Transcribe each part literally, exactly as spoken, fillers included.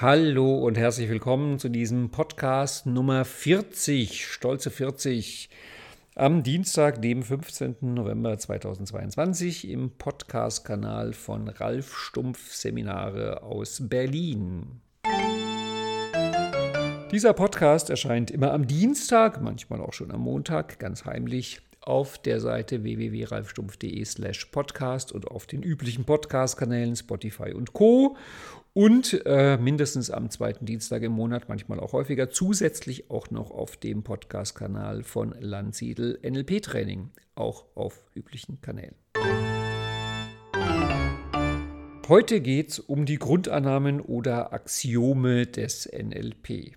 Hallo und herzlich willkommen zu diesem Podcast Nummer vierzig, stolze vierzig, am Dienstag, dem fünfzehnten November zweitausendzweiundzwanzig im Podcast-Kanal von Ralf Stumpf Seminare aus Berlin. Dieser Podcast erscheint immer am Dienstag, manchmal auch schon am Montag, ganz heimlich, auf der Seite w w w punkt ralf stumpf punkt de slash podcast und auf den üblichen Podcast-Kanälen Spotify und Co. Und äh, mindestens am zweiten Dienstag im Monat, manchmal auch häufiger, zusätzlich auch noch auf dem Podcast-Kanal von Landsiedel N L P-Training, auch auf üblichen Kanälen. Heute geht es um die Grundannahmen oder Axiome des N L P.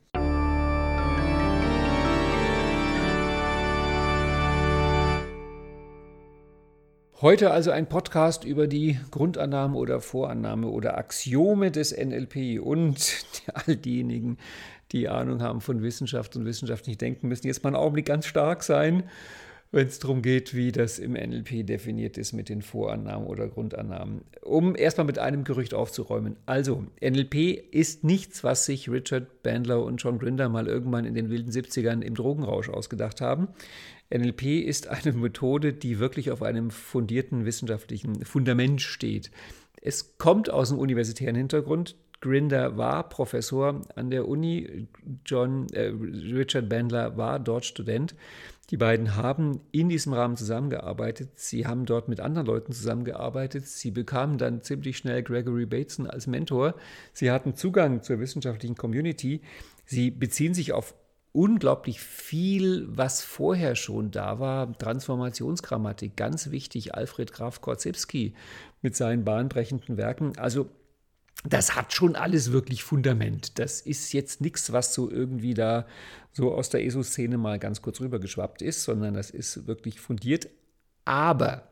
Heute also ein Podcast über die Grundannahme oder Vorannahme oder Axiome des N L P und all diejenigen, die Ahnung haben von Wissenschaft und wissenschaftlich denken, müssen jetzt mal einen Augenblick ganz stark sein, wenn es darum geht, wie das im N L P definiert ist mit den Vorannahmen oder Grundannahmen. Um erstmal mit einem Gerücht aufzuräumen. Also, N L P ist nichts, was sich Richard Bandler und John Grinder mal irgendwann in den wilden siebzigern im Drogenrausch ausgedacht haben. N L P ist eine Methode, die wirklich auf einem fundierten wissenschaftlichen Fundament steht. Es kommt aus dem universitären Hintergrund. Grinder war Professor an der Uni, John, äh, Richard Bandler war dort Student. Die beiden haben in diesem Rahmen zusammengearbeitet. Sie haben dort mit anderen Leuten zusammengearbeitet. Sie bekamen dann ziemlich schnell Gregory Bateson als Mentor. Sie hatten Zugang zur wissenschaftlichen Community. Sie beziehen sich auf unglaublich viel, was vorher schon da war. Transformationsgrammatik, ganz wichtig. Alfred Graf Korzybski mit seinen bahnbrechenden Werken. Also das hat schon alles wirklich Fundament. Das ist jetzt nichts, was so irgendwie da so aus der E S O-Szene mal ganz kurz rübergeschwappt ist, sondern das ist wirklich fundiert. Aber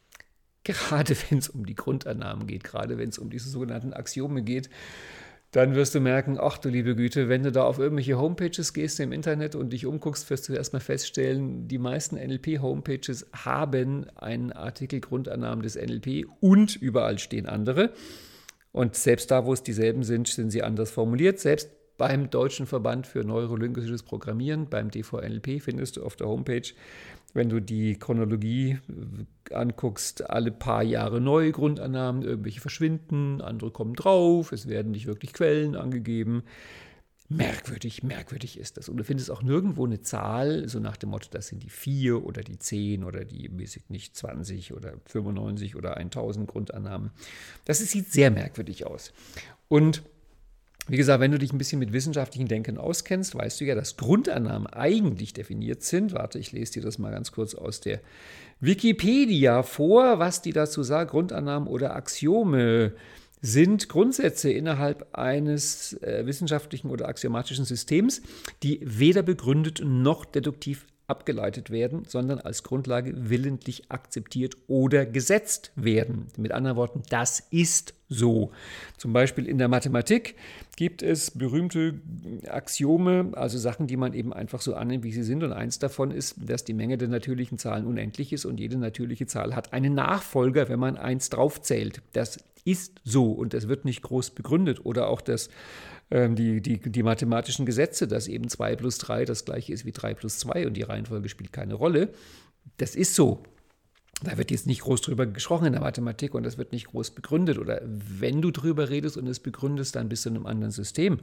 gerade wenn es um die Grundannahmen geht, gerade wenn es um diese sogenannten Axiome geht, dann wirst du merken, ach du liebe Güte, wenn du da auf irgendwelche Homepages gehst im Internet und dich umguckst, wirst du erstmal feststellen, die meisten N L P-Homepages haben einen Artikel Grundannahmen des N L P und überall stehen andere. Und selbst da, wo es dieselben sind, sind sie anders formuliert. Selbst beim Deutschen Verband für Neurolinguistisches Programmieren, beim D V N L P, findest du auf der Homepage, wenn du die Chronologie anguckst, alle paar Jahre neue Grundannahmen, irgendwelche verschwinden, andere kommen drauf, es werden nicht wirklich Quellen angegeben. Merkwürdig, merkwürdig ist das. Und du findest auch nirgendwo eine Zahl, so nach dem Motto, das sind die vier oder die zehn oder die, weiß ich nicht, zwanzig oder fünfundneunzig oder tausend Grundannahmen. Das sieht sehr merkwürdig aus. Und wie gesagt, wenn du dich ein bisschen mit wissenschaftlichem Denken auskennst, weißt du ja, dass Grundannahmen eigentlich definiert sind. Warte, ich lese dir das mal ganz kurz aus der Wikipedia vor, was die dazu sagt. Grundannahmen oder Axiome sind Grundsätze innerhalb eines äh, wissenschaftlichen oder axiomatischen Systems, die weder begründet noch deduktiv abgeleitet werden, sondern als Grundlage willentlich akzeptiert oder gesetzt werden. Mit anderen Worten, das ist so. Zum Beispiel in der Mathematik gibt es berühmte Axiome, also Sachen, die man eben einfach so annimmt, wie sie sind. Und eins davon ist, dass die Menge der natürlichen Zahlen unendlich ist und jede natürliche Zahl hat einen Nachfolger, wenn man eins draufzählt. Das ist so und das wird nicht groß begründet. Oder auch das Die, die, die mathematischen Gesetze, dass eben zwei plus drei das gleiche ist wie drei plus zwei und die Reihenfolge spielt keine Rolle. Das ist so. Da wird jetzt nicht groß drüber gesprochen in der Mathematik und das wird nicht groß begründet. Oder wenn du drüber redest und es begründest, dann bist du in einem anderen System.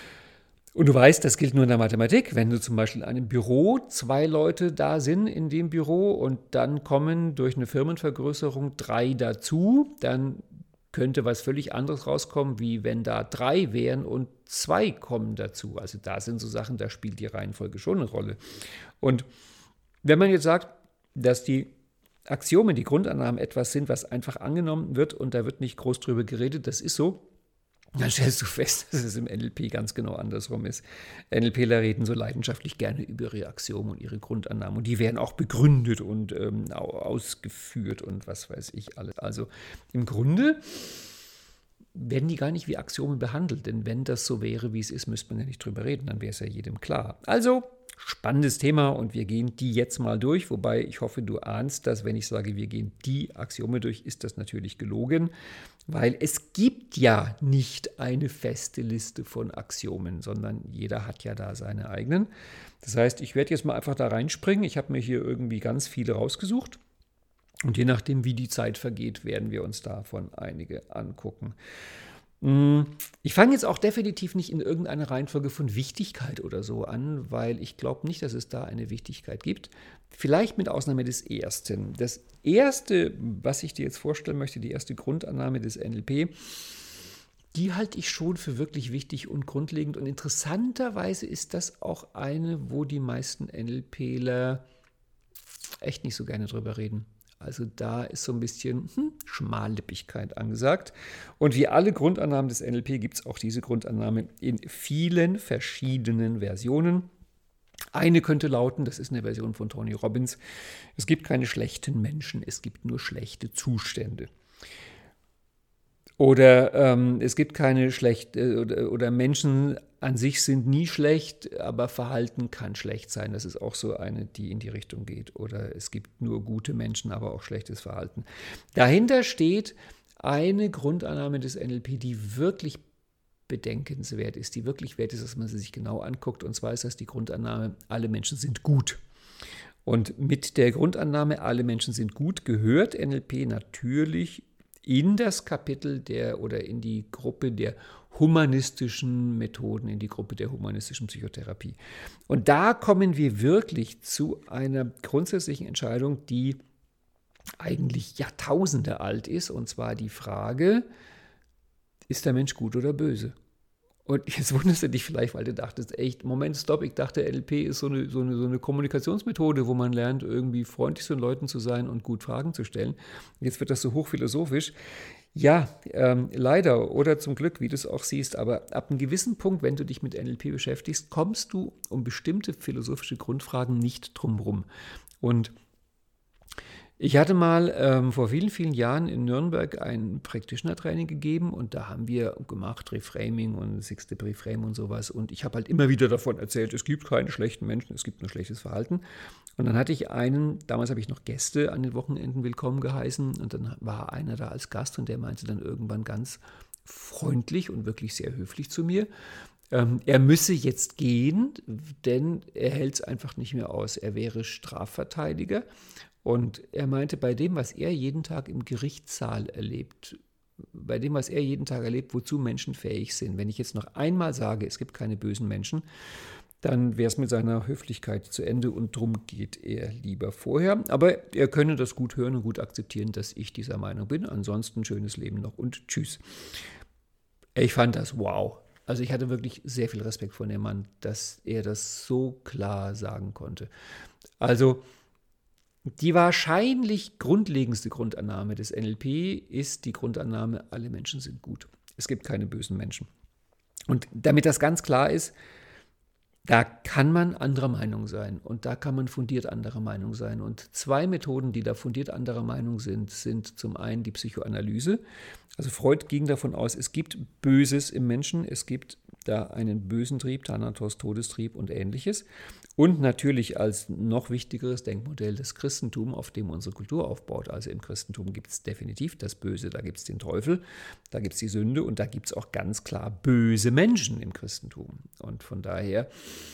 Und du weißt, das gilt nur in der Mathematik. Wenn du zum Beispiel in einem Büro zwei Leute da sind in dem Büro und dann kommen durch eine Firmenvergrößerung drei dazu, dann könnte was völlig anderes rauskommen, wie wenn da drei wären und zwei kommen dazu. Also da sind so Sachen, da spielt die Reihenfolge schon eine Rolle. Und wenn man jetzt sagt, dass die Axiome, die Grundannahmen etwas sind, was einfach angenommen wird und da wird nicht groß drüber geredet, das ist so, dann stellst du fest, dass es im N L P ganz genau andersrum ist. NLPler reden so leidenschaftlich gerne über ihre Axiome und ihre Grundannahmen und die werden auch begründet und ähm, ausgeführt und was weiß ich alles. Also im Grunde werden die gar nicht wie Axiome behandelt, denn wenn das so wäre, wie es ist, müsste man ja nicht drüber reden, dann wäre es ja jedem klar. Also Spannendes Thema und wir gehen die jetzt mal durch, wobei ich hoffe, du ahnst, dass wenn ich sage, wir gehen die Axiome durch, ist das natürlich gelogen, weil es gibt ja nicht eine feste Liste von Axiomen, sondern jeder hat ja da seine eigenen. Das heißt, ich werde jetzt mal einfach da reinspringen. Ich habe mir hier irgendwie ganz viele rausgesucht und je nachdem, wie die Zeit vergeht, werden wir uns davon einige angucken. Ich fange jetzt auch definitiv nicht in irgendeiner Reihenfolge von Wichtigkeit oder so an, weil ich glaube nicht, dass es da eine Wichtigkeit gibt. Vielleicht mit Ausnahme des Ersten. Das Erste, was ich dir jetzt vorstellen möchte, die erste Grundannahme des N L P, die halte ich schon für wirklich wichtig und grundlegend. Und interessanterweise ist das auch eine, wo die meisten NLPler echt nicht so gerne drüber reden. Also da ist so ein bisschen hm, Schmallippigkeit angesagt. Und wie alle Grundannahmen des N L P gibt es auch diese Grundannahme in vielen verschiedenen Versionen. Eine könnte lauten, das ist eine Version von Tony Robbins, es gibt keine schlechten Menschen, es gibt nur schlechte Zustände. Oder ähm, es gibt keine schlechte, oder, oder Menschen an sich sind nie schlecht, aber Verhalten kann schlecht sein. Das ist auch so eine, die in die Richtung geht. Oder es gibt nur gute Menschen, aber auch schlechtes Verhalten. Dahinter steht eine Grundannahme des N L P, die wirklich bedenkenswert ist, die wirklich wert ist, dass man sie sich genau anguckt. Und zwar ist das die Grundannahme, alle Menschen sind gut. Und mit der Grundannahme, alle Menschen sind gut, gehört N L P natürlich in das Kapitel der oder in die Gruppe der humanistischen Methoden, in die Gruppe der humanistischen Psychotherapie. Und da kommen wir wirklich zu einer grundsätzlichen Entscheidung, die eigentlich Jahrtausende alt ist, und zwar die Frage, ist der Mensch gut oder böse? Und jetzt wunderst du dich vielleicht, weil du dachtest, echt, Moment, stopp, ich dachte, N L P ist so eine, so eine, so eine Kommunikationsmethode, wo man lernt, irgendwie freundlich zu den Leuten zu sein und gut Fragen zu stellen. Jetzt wird das so hochphilosophisch. Ja, ähm, leider oder zum Glück, wie du es auch siehst, aber ab einem gewissen Punkt, wenn du dich mit N L P beschäftigst, kommst du um bestimmte philosophische Grundfragen nicht drumherum. Und ich hatte mal ähm, vor vielen, vielen Jahren in Nürnberg ein Practitioner-Training gegeben und da haben wir gemacht Reframing und Six-Step Reframe und sowas und ich habe halt immer wieder davon erzählt, es gibt keine schlechten Menschen, es gibt nur schlechtes Verhalten. Und dann hatte ich einen, damals habe ich noch Gäste an den Wochenenden willkommen geheißen und dann war einer da als Gast und der meinte dann irgendwann ganz freundlich und wirklich sehr höflich zu mir, ähm, er müsse jetzt gehen, denn er hält es einfach nicht mehr aus, er wäre Strafverteidiger. Und er meinte, bei dem, was er jeden Tag im Gerichtssaal erlebt, bei dem, was er jeden Tag erlebt, wozu Menschen fähig sind, wenn ich jetzt noch einmal sage, es gibt keine bösen Menschen, dann wäre es mit seiner Höflichkeit zu Ende und drum geht er lieber vorher. Aber er könne das gut hören und gut akzeptieren, dass ich dieser Meinung bin. Ansonsten schönes Leben noch und tschüss. Ich fand das wow. Also ich hatte wirklich sehr viel Respekt vor dem Mann, dass er das so klar sagen konnte. Also die wahrscheinlich grundlegendste Grundannahme des N L P ist die Grundannahme, alle Menschen sind gut. Es gibt keine bösen Menschen. Und damit das ganz klar ist, da kann man anderer Meinung sein und da kann man fundiert anderer Meinung sein. Und zwei Methoden, die da fundiert anderer Meinung sind, sind zum einen die Psychoanalyse. Also Freud ging davon aus, es gibt Böses im Menschen, es gibt da einen bösen Trieb, Thanatos, Todestrieb und ähnliches. Und natürlich als noch wichtigeres Denkmodell das Christentum, auf dem unsere Kultur aufbaut. Also im Christentum gibt es definitiv das Böse, da gibt es den Teufel, da gibt es die Sünde und da gibt es auch ganz klar böse Menschen im Christentum. Und von daher,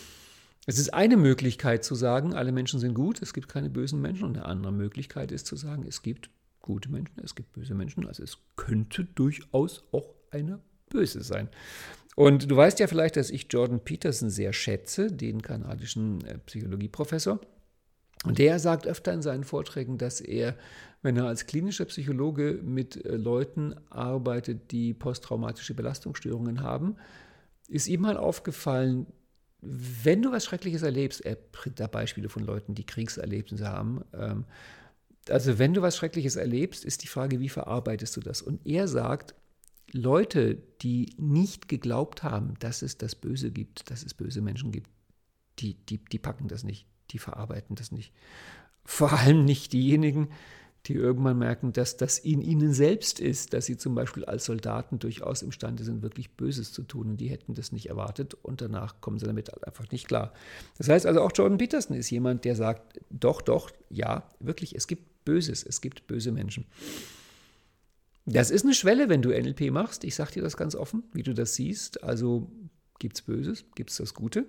es ist eine Möglichkeit zu sagen, alle Menschen sind gut, es gibt keine bösen Menschen. Und eine andere Möglichkeit ist zu sagen, es gibt gute Menschen, es gibt böse Menschen. Also es könnte durchaus auch eine böse sein. Und du weißt ja vielleicht, dass ich Jordan Peterson sehr schätze, den kanadischen äh, Psychologieprofessor. Und der sagt öfter in seinen Vorträgen, dass er, wenn er als klinischer Psychologe mit äh, Leuten arbeitet, die posttraumatische Belastungsstörungen haben, ist ihm mal aufgefallen, wenn du was Schreckliches erlebst, er bringt da Beispiele von Leuten, die Kriegserlebnisse haben, ähm, also wenn du was Schreckliches erlebst, ist die Frage, wie verarbeitest du das? Und er sagt, Leute, die nicht geglaubt haben, dass es das Böse gibt, dass es böse Menschen gibt, die, die, die packen das nicht, die verarbeiten das nicht. Vor allem nicht diejenigen, die irgendwann merken, dass das in ihnen selbst ist, dass sie zum Beispiel als Soldaten durchaus imstande sind, wirklich Böses zu tun und die hätten das nicht erwartet und danach kommen sie damit halt einfach nicht klar. Das heißt also auch Jordan Peterson ist jemand, der sagt, doch, doch, ja, wirklich, es gibt Böses, es gibt böse Menschen. Das ist eine Schwelle, wenn du N L P machst, ich sage dir das ganz offen, wie du das siehst, also gibt es Böses, gibt es das Gute.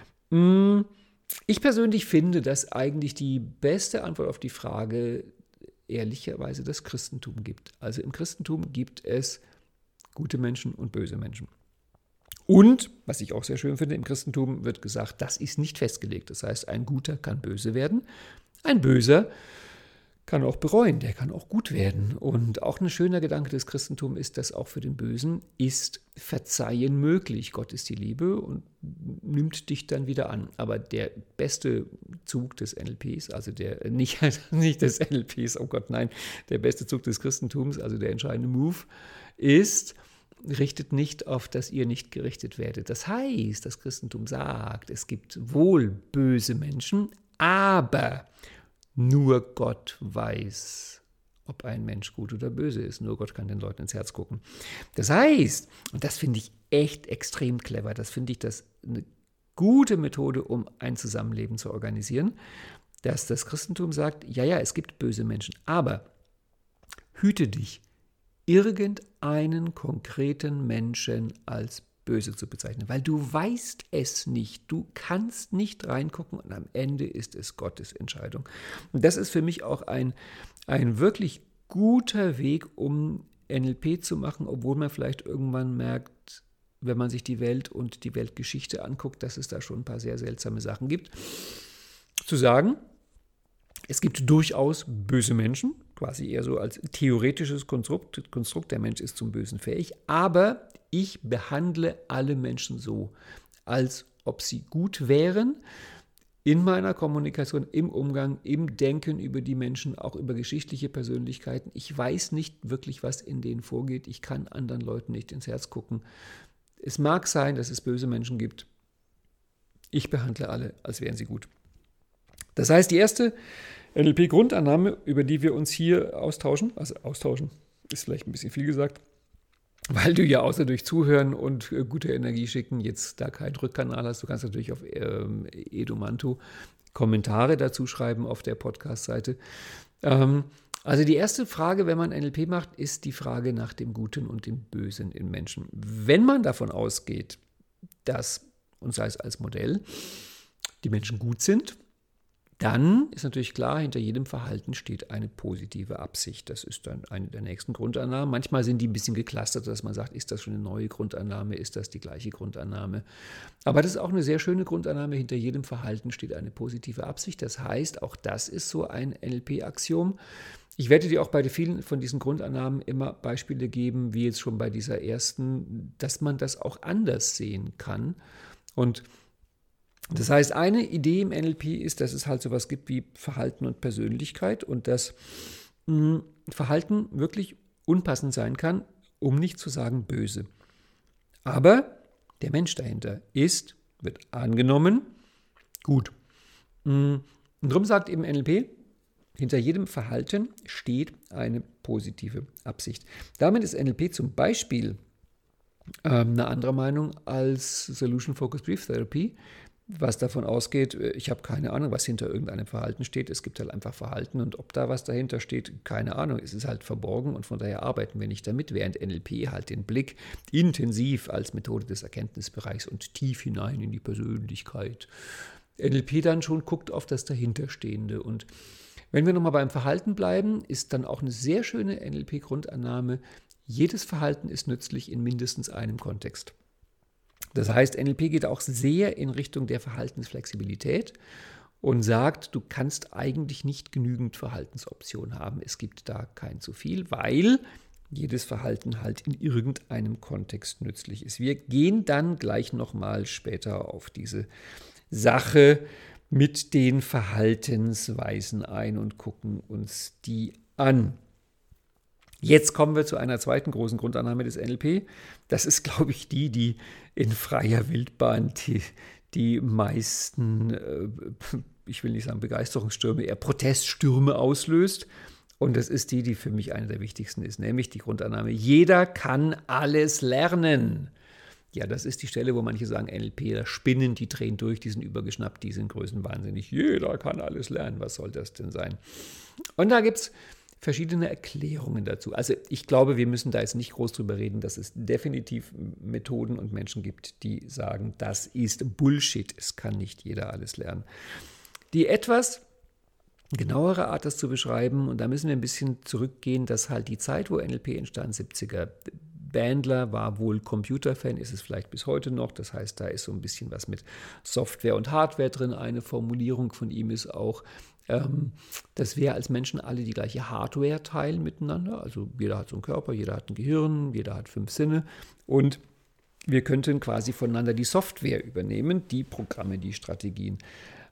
Ich persönlich finde, dass eigentlich die beste Antwort auf die Frage ehrlicherweise das Christentum gibt. Also im Christentum gibt es gute Menschen und böse Menschen. Und, was ich auch sehr schön finde, im Christentum wird gesagt, das ist nicht festgelegt. Das heißt, ein Guter kann böse werden, ein Böser kann auch bereuen, der kann auch gut werden. Und auch ein schöner Gedanke des Christentums ist, dass auch für den Bösen ist Verzeihen möglich. Gott ist die Liebe und nimmt dich dann wieder an. Aber der beste Zug des N L Ps, also der, nicht, nicht des N L Ps, oh Gott, nein, der beste Zug des Christentums, also der entscheidende Move, ist, richtet nicht auf, dass ihr nicht gerichtet werdet. Das heißt, das Christentum sagt, es gibt wohl böse Menschen, aber nur Gott weiß, ob ein Mensch gut oder böse ist. Nur Gott kann den Leuten ins Herz gucken. Das heißt, und das finde ich echt extrem clever, das finde ich das eine gute Methode, um ein Zusammenleben zu organisieren, dass das Christentum sagt, ja, ja, es gibt böse Menschen, aber hüte dich, irgendeinen konkreten Menschen als böse zu bezeichnen, weil du weißt es nicht, du kannst nicht reingucken und am Ende ist es Gottes Entscheidung. Und das ist für mich auch ein, ein wirklich guter Weg, um N L P zu machen, obwohl man vielleicht irgendwann merkt, wenn man sich die Welt und die Weltgeschichte anguckt, dass es da schon ein paar sehr seltsame Sachen gibt. Zu sagen, es gibt durchaus böse Menschen, quasi eher so als theoretisches Konstrukt, Konstrukt, der Mensch ist zum Bösen fähig, aber ich behandle alle Menschen so, als ob sie gut wären, in meiner Kommunikation, im Umgang, im Denken über die Menschen, auch über geschichtliche Persönlichkeiten. Ich weiß nicht wirklich, was in denen vorgeht. Ich kann anderen Leuten nicht ins Herz gucken. Es mag sein, dass es böse Menschen gibt. Ich behandle alle, als wären sie gut. Das heißt, die erste N L P-Grundannahme, über die wir uns hier austauschen, also austauschen ist vielleicht ein bisschen viel gesagt, weil du ja außer durch Zuhören und äh, gute Energie schicken jetzt da keinen Rückkanal hast. Du kannst natürlich auf ähm, Edumanto Kommentare dazu schreiben auf der Podcast-Seite. Ähm, also die erste Frage, wenn man N L P macht, ist die Frage nach dem Guten und dem Bösen in Menschen. Wenn man davon ausgeht, dass, und sei es als Modell, die Menschen gut sind, dann ist natürlich klar, hinter jedem Verhalten steht eine positive Absicht. Das ist dann eine der nächsten Grundannahmen. Manchmal sind die ein bisschen geclustert, dass man sagt, ist das schon eine neue Grundannahme, ist das die gleiche Grundannahme. Aber das ist auch eine sehr schöne Grundannahme, hinter jedem Verhalten steht eine positive Absicht. Das heißt, auch das ist so ein N L P-Axiom. Ich werde dir auch bei vielen von diesen Grundannahmen immer Beispiele geben, wie jetzt schon bei dieser ersten, dass man das auch anders sehen kann. Und das heißt, eine Idee im N L P ist, dass es halt sowas gibt wie Verhalten und Persönlichkeit und dass mh, Verhalten wirklich unpassend sein kann, um nicht zu sagen böse. Aber der Mensch dahinter ist, wird angenommen, gut. Und darum sagt eben N L P, hinter jedem Verhalten steht eine positive Absicht. Damit ist N L P zum Beispiel ähm, eine andere Meinung als Solution Focused Brief Therapy, was davon ausgeht, ich habe keine Ahnung, was hinter irgendeinem Verhalten steht. Es gibt halt einfach Verhalten und ob da was dahinter steht, keine Ahnung. Es ist halt verborgen und von daher arbeiten wir nicht damit, während N L P halt den Blick intensiv als Methode des Erkenntnisbereichs und tief hinein in die Persönlichkeit. N L P dann schon guckt auf das Dahinterstehende. Und wenn wir nochmal beim Verhalten bleiben, ist dann auch eine sehr schöne N L P-Grundannahme, jedes Verhalten ist nützlich in mindestens einem Kontext. Das heißt, N L P geht auch sehr in Richtung der Verhaltensflexibilität und sagt, du kannst eigentlich nicht genügend Verhaltensoptionen haben. Es gibt da kein zu viel, weil jedes Verhalten halt in irgendeinem Kontext nützlich ist. Wir gehen dann gleich nochmal später auf diese Sache mit den Verhaltensweisen ein und gucken uns die an. Jetzt kommen wir zu einer zweiten großen Grundannahme des N L P. Das ist, glaube ich, die, die in freier Wildbahn die, die meisten, äh, ich will nicht sagen Begeisterungsstürme, eher Proteststürme auslöst. Und das ist die, die für mich eine der wichtigsten ist, nämlich die Grundannahme, jeder kann alles lernen. Ja, das ist die Stelle, wo manche sagen, N L P, da spinnen, die drehen durch, die sind übergeschnappt, die sind größenwahnsinnig. Jeder kann alles lernen, was soll das denn sein? Und da gibt es verschiedene Erklärungen dazu. Also ich glaube, wir müssen da jetzt nicht groß drüber reden, dass es definitiv Methoden und Menschen gibt, die sagen, das ist Bullshit, es kann nicht jeder alles lernen. Die etwas genauere Art, das zu beschreiben, und da müssen wir ein bisschen zurückgehen, dass halt die Zeit, wo N L P entstand, siebziger, Bandler war wohl Computerfan, ist es vielleicht bis heute noch. Das heißt, da ist so ein bisschen was mit Software und Hardware drin. Eine Formulierung von ihm ist auch, ähm, dass wir als Menschen alle die gleiche Hardware teilen miteinander. Also jeder hat so einen Körper, jeder hat ein Gehirn, jeder hat fünf Sinne. Und wir könnten quasi voneinander die Software übernehmen, die Programme, die Strategien.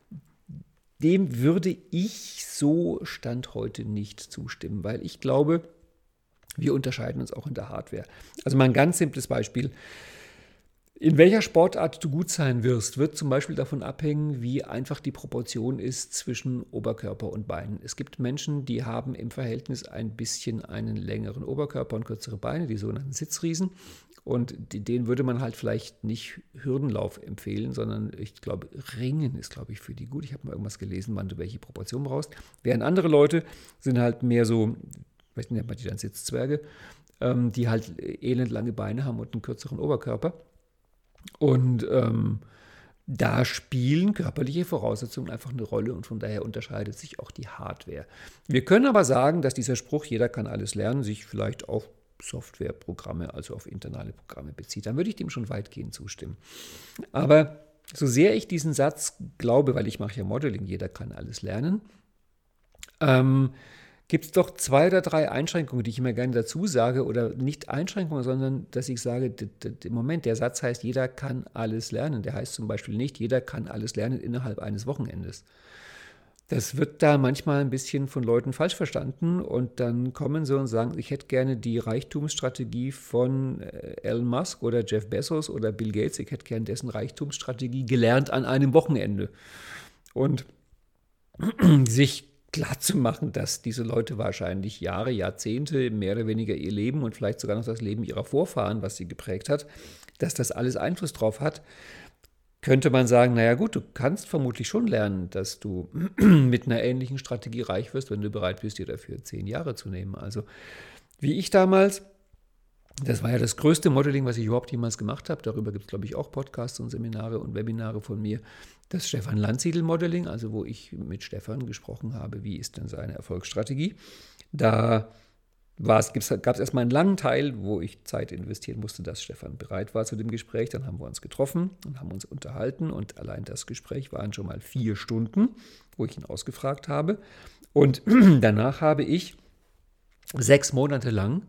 Dem würde ich so Stand heute nicht zustimmen, weil ich glaube, wir unterscheiden uns auch in der Hardware. Also mal ein ganz simples Beispiel. In welcher Sportart du gut sein wirst, wird zum Beispiel davon abhängen, wie einfach die Proportion ist zwischen Oberkörper und Beinen. Es gibt Menschen, die haben im Verhältnis ein bisschen einen längeren Oberkörper und kürzere Beine, die sogenannten Sitzriesen. Und denen würde man halt vielleicht nicht Hürdenlauf empfehlen, sondern ich glaube, Ringen ist, glaube ich, für die gut. Ich habe mal irgendwas gelesen, wann du welche Proportion brauchst. Während andere Leute sind halt mehr so, vielleicht nennt man die dann Sitzzwerge, ähm, die halt elendlange Beine haben und einen kürzeren Oberkörper. Und ähm, da spielen körperliche Voraussetzungen einfach eine Rolle und von daher unterscheidet sich auch die Hardware. Wir können aber sagen, dass dieser Spruch, jeder kann alles lernen, sich vielleicht auf Softwareprogramme, also auf internale Programme bezieht. Dann würde ich dem schon weitgehend zustimmen. Aber so sehr ich diesen Satz glaube, weil ich mache ja Modeling, jeder kann alles lernen, ähm, gibt es doch zwei oder drei Einschränkungen, die ich immer gerne dazu sage, oder nicht Einschränkungen, sondern dass ich sage, im Moment, der Satz heißt, jeder kann alles lernen. Der heißt zum Beispiel nicht, jeder kann alles lernen innerhalb eines Wochenendes. Das wird da manchmal ein bisschen von Leuten falsch verstanden und dann kommen sie und sagen, ich hätte gerne die Reichtumsstrategie von Elon Musk oder Jeff Bezos oder Bill Gates, ich hätte gerne dessen Reichtumsstrategie gelernt an einem Wochenende. Und sich klar zu machen, dass diese Leute wahrscheinlich Jahre, Jahrzehnte, mehr oder weniger ihr Leben und vielleicht sogar noch das Leben ihrer Vorfahren, was sie geprägt hat, dass das alles Einfluss drauf hat, könnte man sagen, naja gut, du kannst vermutlich schon lernen, dass du mit einer ähnlichen Strategie reich wirst, wenn du bereit bist, dir dafür zehn Jahre zu nehmen. Also wie ich damals, das war ja das größte Modeling, was ich überhaupt jemals gemacht habe. Darüber gibt es, glaube ich, auch Podcasts und Seminare und Webinare von mir. Das Stefan Landsiedel-Modeling, also wo ich mit Stefan gesprochen habe, wie ist denn seine Erfolgsstrategie. Da gab es erstmal einen langen Teil, wo ich Zeit investieren musste, dass Stefan bereit war zu dem Gespräch. Dann haben wir uns getroffen und haben uns unterhalten. Und allein das Gespräch waren schon mal vier Stunden, wo ich ihn ausgefragt habe. Und danach habe ich sechs Monate lang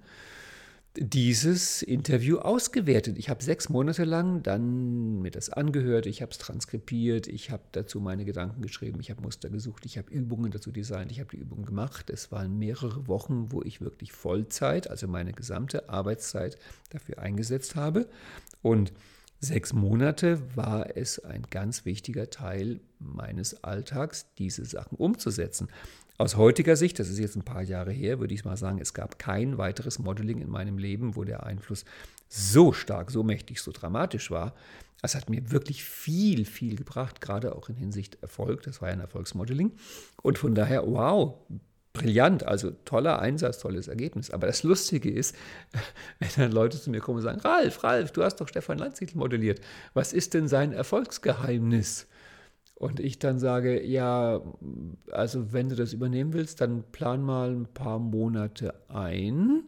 dieses Interview ausgewertet. Ich habe sechs Monate lang dann mir das angehört, ich habe es transkribiert, ich habe dazu meine Gedanken geschrieben, ich habe Muster gesucht, ich habe Übungen dazu designt, ich habe die Übungen gemacht. Es waren mehrere Wochen, wo ich wirklich Vollzeit, also meine gesamte Arbeitszeit dafür eingesetzt habe. Und sechs Monate war es ein ganz wichtiger Teil meines Alltags, diese Sachen umzusetzen. Aus heutiger Sicht, das ist jetzt ein paar Jahre her, würde ich mal sagen, es gab kein weiteres Modeling in meinem Leben, wo der Einfluss so stark, so mächtig, so dramatisch war. Es hat mir wirklich viel, viel gebracht, gerade auch in Hinsicht Erfolg. Das war ja ein Erfolgsmodeling. Und von daher, wow, brillant, also toller Einsatz, tolles Ergebnis. Aber das Lustige ist, wenn dann Leute zu mir kommen und sagen, Ralf, Ralf, du hast doch Stefan Landsiedel modelliert. Was ist denn sein Erfolgsgeheimnis? Und ich dann sage, ja, also wenn du das übernehmen willst, dann plan mal ein paar Monate ein.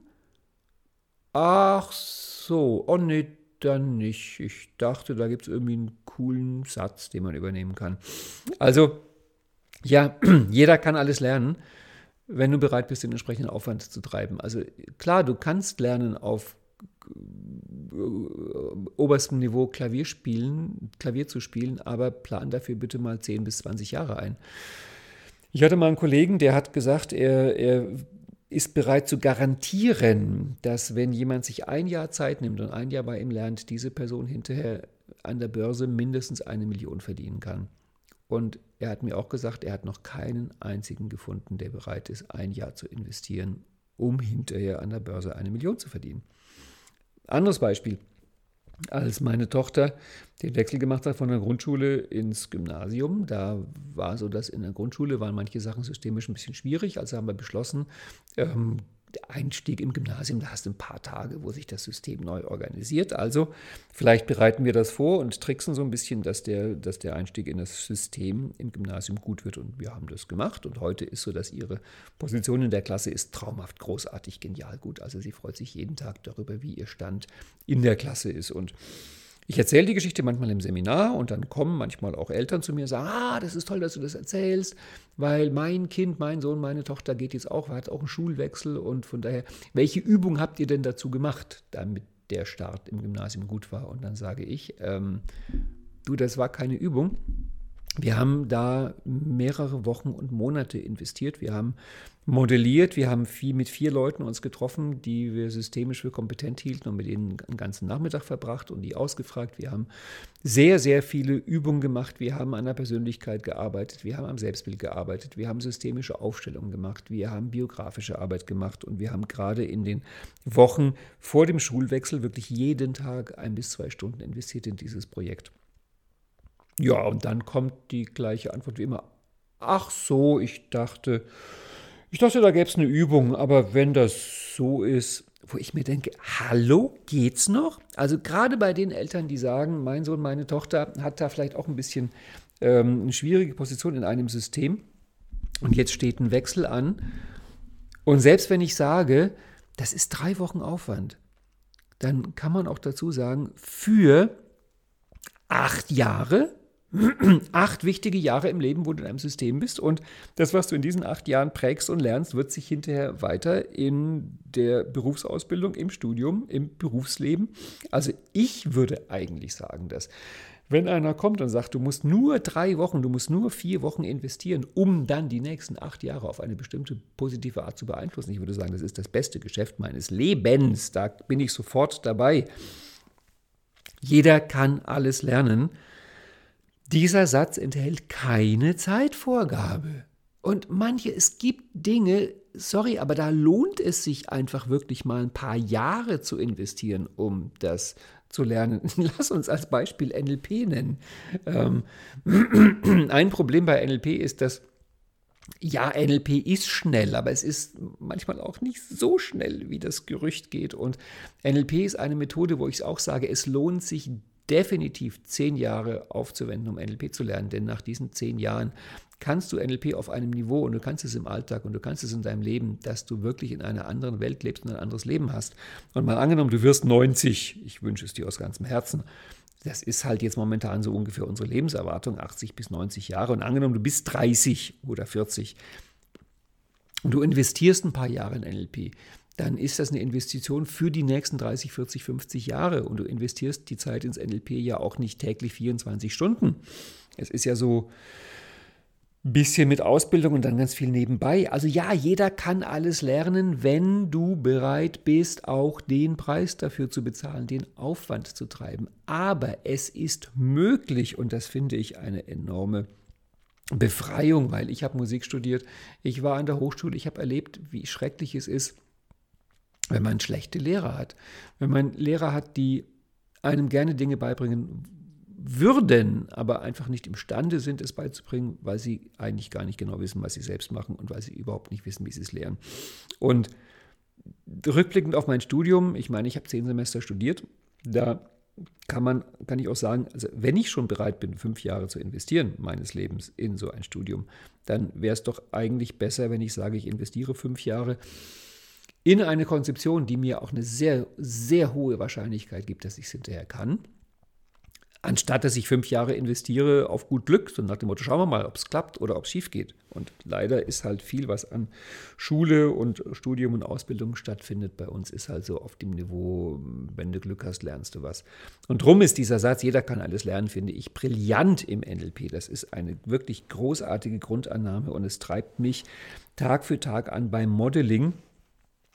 Ach so, oh nee, dann nicht. Ich dachte, da gibt es irgendwie einen coolen Satz, den man übernehmen kann. Also, ja, jeder kann alles lernen, wenn du bereit bist, den entsprechenden Aufwand zu treiben. Also klar, du kannst lernen auf oberstem Niveau Klavier spielen, Klavier zu spielen, aber plan dafür bitte mal zehn bis zwanzig Jahre ein. Ich hatte mal einen Kollegen, der hat gesagt, er, er ist bereit zu garantieren, dass wenn jemand sich ein Jahr Zeit nimmt und ein Jahr bei ihm lernt, diese Person hinterher an der Börse mindestens eine Million verdienen kann. Und er hat mir auch gesagt, er hat noch keinen einzigen gefunden, der bereit ist, ein Jahr zu investieren, um hinterher an der Börse eine Million zu verdienen. Anderes Beispiel. Als meine Tochter den Wechsel gemacht hat von der Grundschule ins Gymnasium, da war so, dass in der Grundschule waren manche Sachen systemisch ein bisschen schwierig. Also haben wir beschlossen, ähm, der Einstieg im Gymnasium, da hast du ein paar Tage, wo sich das System neu organisiert. Also vielleicht bereiten wir das vor und tricksen so ein bisschen, dass der, dass der Einstieg in das System im Gymnasium gut wird. Und wir haben das gemacht. Und heute ist so, dass ihre Position in der Klasse ist traumhaft, großartig, genial gut. Also sie freut sich jeden Tag darüber, wie ihr Stand in der Klasse ist. Und ich erzähle die Geschichte manchmal im Seminar und dann kommen manchmal auch Eltern zu mir und sagen, ah, das ist toll, dass du das erzählst, weil mein Kind, mein Sohn, meine Tochter geht jetzt auch, hat auch einen Schulwechsel und von daher, welche Übung habt ihr denn dazu gemacht, damit der Start im Gymnasium gut war? Und dann sage ich, ähm, du, das war keine Übung. Wir haben da mehrere Wochen und Monate investiert. Wir haben modelliert, wir haben viel mit vier Leuten uns getroffen, die wir systemisch für kompetent hielten und mit denen einen ganzen Nachmittag verbracht und die ausgefragt. Wir haben sehr, sehr viele Übungen gemacht. Wir haben an der Persönlichkeit gearbeitet, wir haben am Selbstbild gearbeitet, wir haben systemische Aufstellungen gemacht, wir haben biografische Arbeit gemacht und wir haben gerade in den Wochen vor dem Schulwechsel wirklich jeden Tag ein bis zwei Stunden investiert in dieses Projekt. Ja, und dann kommt die gleiche Antwort wie immer. Ach so, ich dachte, ich dachte, da gäbe es eine Übung, aber wenn das so ist, wo ich mir denke, hallo, geht's noch? Also gerade bei den Eltern, die sagen, mein Sohn, meine Tochter hat da vielleicht auch ein bisschen ähm, eine schwierige Position in einem System und jetzt steht ein Wechsel an. Und selbst wenn ich sage, das ist drei Wochen Aufwand, dann kann man auch dazu sagen, für acht Jahre, acht wichtige Jahre im Leben, wo du in einem System bist und das, was du in diesen acht Jahren prägst und lernst, wird sich hinterher weiter in der Berufsausbildung, im Studium, im Berufsleben. Also ich würde eigentlich sagen, dass wenn einer kommt und sagt, du musst nur drei Wochen, du musst nur vier Wochen investieren, um dann die nächsten acht Jahre auf eine bestimmte positive Art zu beeinflussen, ich würde sagen, das ist das beste Geschäft meines Lebens, da bin ich sofort dabei. Jeder kann alles lernen. Dieser Satz enthält keine Zeitvorgabe. Und manche, es gibt Dinge, sorry, aber da lohnt es sich einfach wirklich mal ein paar Jahre zu investieren, um das zu lernen. Lass uns als Beispiel N L P nennen. Ähm, ein Problem bei N L P ist, dass ja, N L P ist schnell, aber es ist manchmal auch nicht so schnell, wie das Gerücht geht. Und N L P ist eine Methode, wo ich auch sage, es lohnt sich definitiv zehn Jahre aufzuwenden, um N L P zu lernen. Denn nach diesen zehn Jahren kannst du N L P auf einem Niveau und du kannst es im Alltag und du kannst es in deinem Leben, dass du wirklich in einer anderen Welt lebst und ein anderes Leben hast. Und mal angenommen, du wirst neunzig, ich wünsche es dir aus ganzem Herzen, das ist halt jetzt momentan so ungefähr unsere Lebenserwartung, achtzig bis neunzig Jahre. Und angenommen, du bist dreißig oder vierzig und du investierst ein paar Jahre in N L P, dann ist das eine Investition für die nächsten dreißig, vierzig, fünfzig Jahre. Und du investierst die Zeit ins N L P ja auch nicht täglich vierundzwanzig Stunden. Es ist ja so ein bisschen mit Ausbildung und dann ganz viel nebenbei. Also ja, jeder kann alles lernen, wenn du bereit bist, auch den Preis dafür zu bezahlen, den Aufwand zu treiben. Aber es ist möglich und das finde ich eine enorme Befreiung, weil ich habe Musik studiert, ich war an der Hochschule, ich habe erlebt, wie schrecklich es ist, wenn man schlechte Lehrer hat. Wenn man Lehrer hat, die einem gerne Dinge beibringen würden, aber einfach nicht imstande sind, es beizubringen, weil sie eigentlich gar nicht genau wissen, was sie selbst machen und weil sie überhaupt nicht wissen, wie sie es lernen. Und rückblickend auf mein Studium, ich meine, ich habe zehn Semester studiert, da kann man, kann ich auch sagen, also wenn ich schon bereit bin, fünf Jahre zu investieren meines Lebens in so ein Studium, dann wäre es doch eigentlich besser, wenn ich sage, ich investiere fünf Jahre in eine Konzeption, die mir auch eine sehr, sehr hohe Wahrscheinlichkeit gibt, dass ich es hinterher kann, anstatt dass ich fünf Jahre investiere auf gut Glück, so nach dem Motto, schauen wir mal, ob es klappt oder ob es schief geht. Und leider ist halt viel, was an Schule und Studium und Ausbildung stattfindet, bei uns ist halt so auf dem Niveau, wenn du Glück hast, lernst du was. Und drum ist dieser Satz, jeder kann alles lernen, finde ich brillant im N L P. Das ist eine wirklich großartige Grundannahme und es treibt mich Tag für Tag an beim Modeling.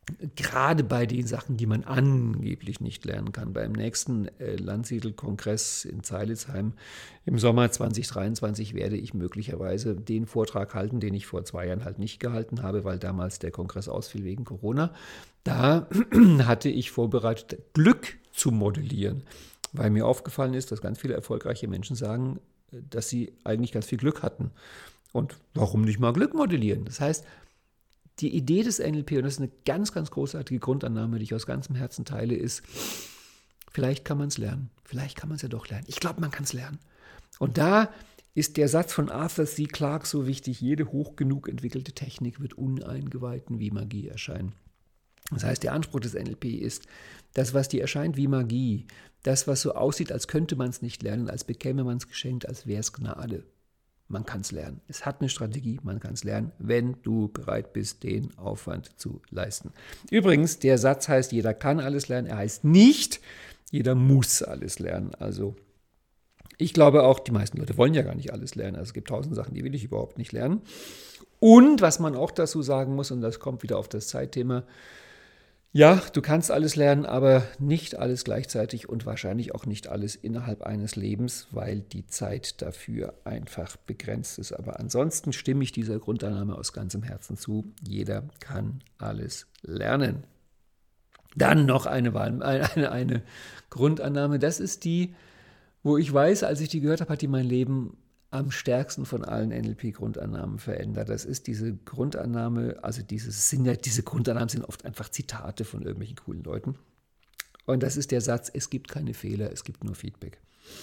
Gerade bei den Sachen, die man angeblich nicht lernen kann. Beim nächsten äh, Landsiedel-Kongress in Zeilitzheim im Sommer zwanzig dreiundzwanzig werde ich möglicherweise den Vortrag halten, den ich vor zwei Jahren halt nicht gehalten habe, weil damals der Kongress ausfiel wegen Corona. Da hatte ich vorbereitet, Glück zu modellieren, weil mir aufgefallen ist, dass ganz viele erfolgreiche Menschen sagen, dass sie eigentlich ganz viel Glück hatten. Und warum nicht mal Glück modellieren? Das heißt, die Idee des N L P, und das ist eine ganz, ganz großartige Grundannahme, die ich aus ganzem Herzen teile, ist, vielleicht kann man es lernen. Vielleicht kann man es ja doch lernen. Ich glaube, man kann es lernen. Und da ist der Satz von Arthur C. Clarke so wichtig: Jede hoch genug entwickelte Technik wird Uneingeweihten wie Magie erscheinen. Das heißt, der Anspruch des N L P ist, das, was dir erscheint wie Magie, das, was so aussieht, als könnte man es nicht lernen, als bekäme man es geschenkt, als wäre es Gnade. Man kann es lernen. Es hat eine Strategie, man kann es lernen, wenn du bereit bist, den Aufwand zu leisten. Übrigens, der Satz heißt, jeder kann alles lernen. Er heißt nicht, jeder muss alles lernen. Also ich glaube auch, die meisten Leute wollen ja gar nicht alles lernen. Also es gibt tausend Sachen, die will ich überhaupt nicht lernen. Und was man auch dazu sagen muss, und das kommt wieder auf das Zeitthema, ja, du kannst alles lernen, aber nicht alles gleichzeitig und wahrscheinlich auch nicht alles innerhalb eines Lebens, weil die Zeit dafür einfach begrenzt ist. Aber ansonsten stimme ich dieser Grundannahme aus ganzem Herzen zu. Jeder kann alles lernen. Dann noch eine, Wahl, eine, eine Grundannahme, das ist die, wo ich weiß, als ich die gehört habe, hat die mein Leben am stärksten von allen N L P-Grundannahmen verändert. Das ist diese Grundannahme, also diese, sind ja, diese Grundannahmen sind oft einfach Zitate von irgendwelchen coolen Leuten. Und das ist der Satz, es gibt keine Fehler, es gibt nur Feedback.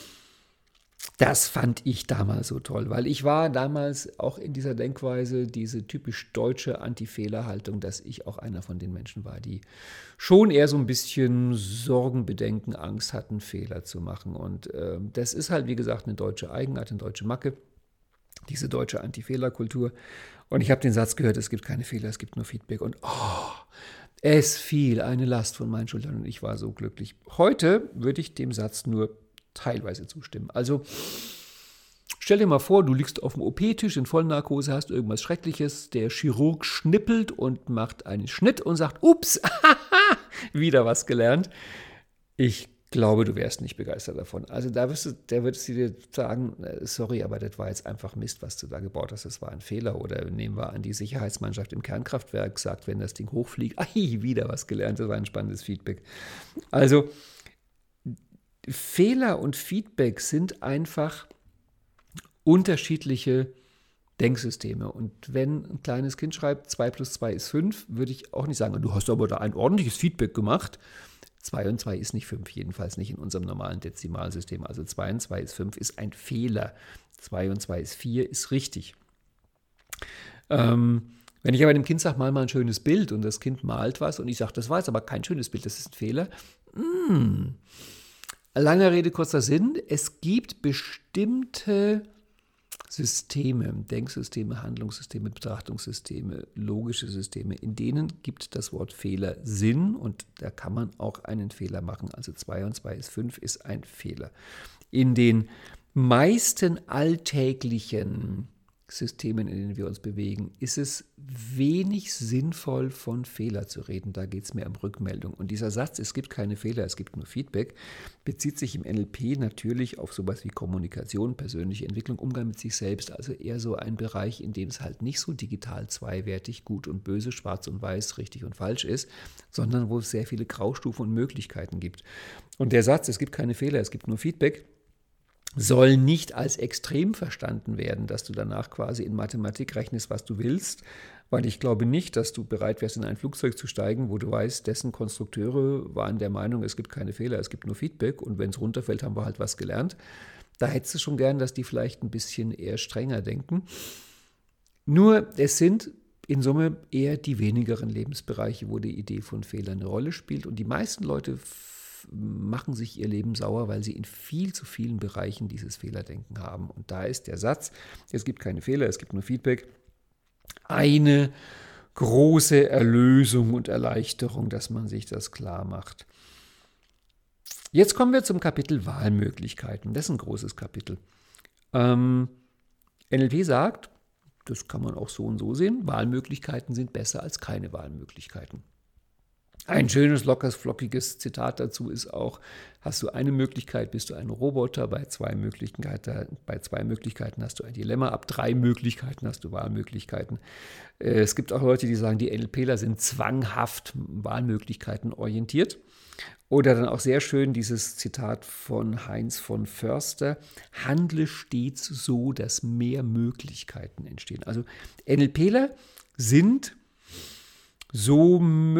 Das fand ich damals so toll, weil ich war damals auch in dieser Denkweise, diese typisch deutsche Anti-Fehler-Haltung, dass ich auch einer von den Menschen war, die schon eher so ein bisschen Sorgen, Bedenken, Angst hatten, Fehler zu machen. Und äh, das ist halt, wie gesagt, eine deutsche Eigenart, eine deutsche Macke, diese deutsche Anti-Fehler-Kultur. Und ich habe den Satz gehört, es gibt keine Fehler, es gibt nur Feedback. Und oh, es fiel eine Last von meinen Schultern und ich war so glücklich. Heute würde ich dem Satz nur teilweise zustimmen. Also stell dir mal vor, du liegst auf dem O P-Tisch in Vollnarkose, hast irgendwas Schreckliches, der Chirurg schnippelt und macht einen Schnitt und sagt, ups, wieder was gelernt. Ich glaube, du wärst nicht begeistert davon. Also da wirst du, der würdest du dir sagen, sorry, aber das war jetzt einfach Mist, was du da gebaut hast, das war ein Fehler. Oder nehmen wir an, die Sicherheitsmannschaft im Kernkraftwerk sagt, wenn das Ding hochfliegt, ai, wieder was gelernt, das war ein spannendes Feedback. Also Fehler und Feedback sind einfach unterschiedliche Denksysteme. Und wenn ein kleines Kind schreibt, zwei plus zwei ist fünf, würde ich auch nicht sagen, du hast aber da ein ordentliches Feedback gemacht. zwei und zwei ist nicht fünf, jedenfalls nicht in unserem normalen Dezimalsystem. Also zwei und zwei ist fünf, ist ein Fehler. zwei und zwei ist vier, ist richtig. Ähm, wenn ich aber dem Kind sage, mal mal ein schönes Bild und das Kind malt was und ich sage, das war jetzt aber kein schönes Bild, das ist ein Fehler. Hm. Lange Rede, kurzer Sinn. Es gibt bestimmte Systeme, Denksysteme, Handlungssysteme, Betrachtungssysteme, logische Systeme, in denen gibt das Wort Fehler Sinn und da kann man auch einen Fehler machen. Also zwei und zwei ist fünf ist ein Fehler. In den meisten alltäglichen Systemen, in denen wir uns bewegen, ist es wenig sinnvoll, von Fehler zu reden. Da geht es mehr um Rückmeldung. Und dieser Satz, es gibt keine Fehler, es gibt nur Feedback, bezieht sich im N L P natürlich auf sowas wie Kommunikation, persönliche Entwicklung, Umgang mit sich selbst. Also eher so ein Bereich, in dem es halt nicht so digital zweiwertig, gut und böse, schwarz und weiß, richtig und falsch ist, sondern wo es sehr viele Graustufen und Möglichkeiten gibt. Und der Satz, es gibt keine Fehler, es gibt nur Feedback, soll nicht als extrem verstanden werden, dass du danach quasi in Mathematik rechnest, was du willst, weil ich glaube nicht, dass du bereit wärst, in ein Flugzeug zu steigen, wo du weißt, dessen Konstrukteure waren der Meinung, es gibt keine Fehler, es gibt nur Feedback und wenn es runterfällt, haben wir halt was gelernt. Da hättest du schon gern, dass die vielleicht ein bisschen eher strenger denken. Nur, es sind in Summe eher die wenigeren Lebensbereiche, wo die Idee von Fehlern eine Rolle spielt und die meisten Leute machen sich ihr Leben sauer, weil sie in viel zu vielen Bereichen dieses Fehlerdenken haben. Und da ist der Satz, es gibt keine Fehler, es gibt nur Feedback, eine große Erlösung und Erleichterung, dass man sich das klar macht. Jetzt kommen wir zum Kapitel Wahlmöglichkeiten. Das ist ein großes Kapitel. Ähm, N L P sagt, das kann man auch so und so sehen, Wahlmöglichkeiten sind besser als keine Wahlmöglichkeiten. Ein schönes, lockeres, flockiges Zitat dazu ist auch: Hast du eine Möglichkeit, bist du ein Roboter, bei zwei Möglichkeiten, bei zwei Möglichkeiten hast du ein Dilemma, ab drei Möglichkeiten hast du Wahlmöglichkeiten. Es gibt auch Leute, die sagen, die NLPler sind zwanghaft Wahlmöglichkeiten orientiert. Oder dann auch sehr schön dieses Zitat von Heinz von Förster: Handle stets so, dass mehr Möglichkeiten entstehen. Also NLPler sind so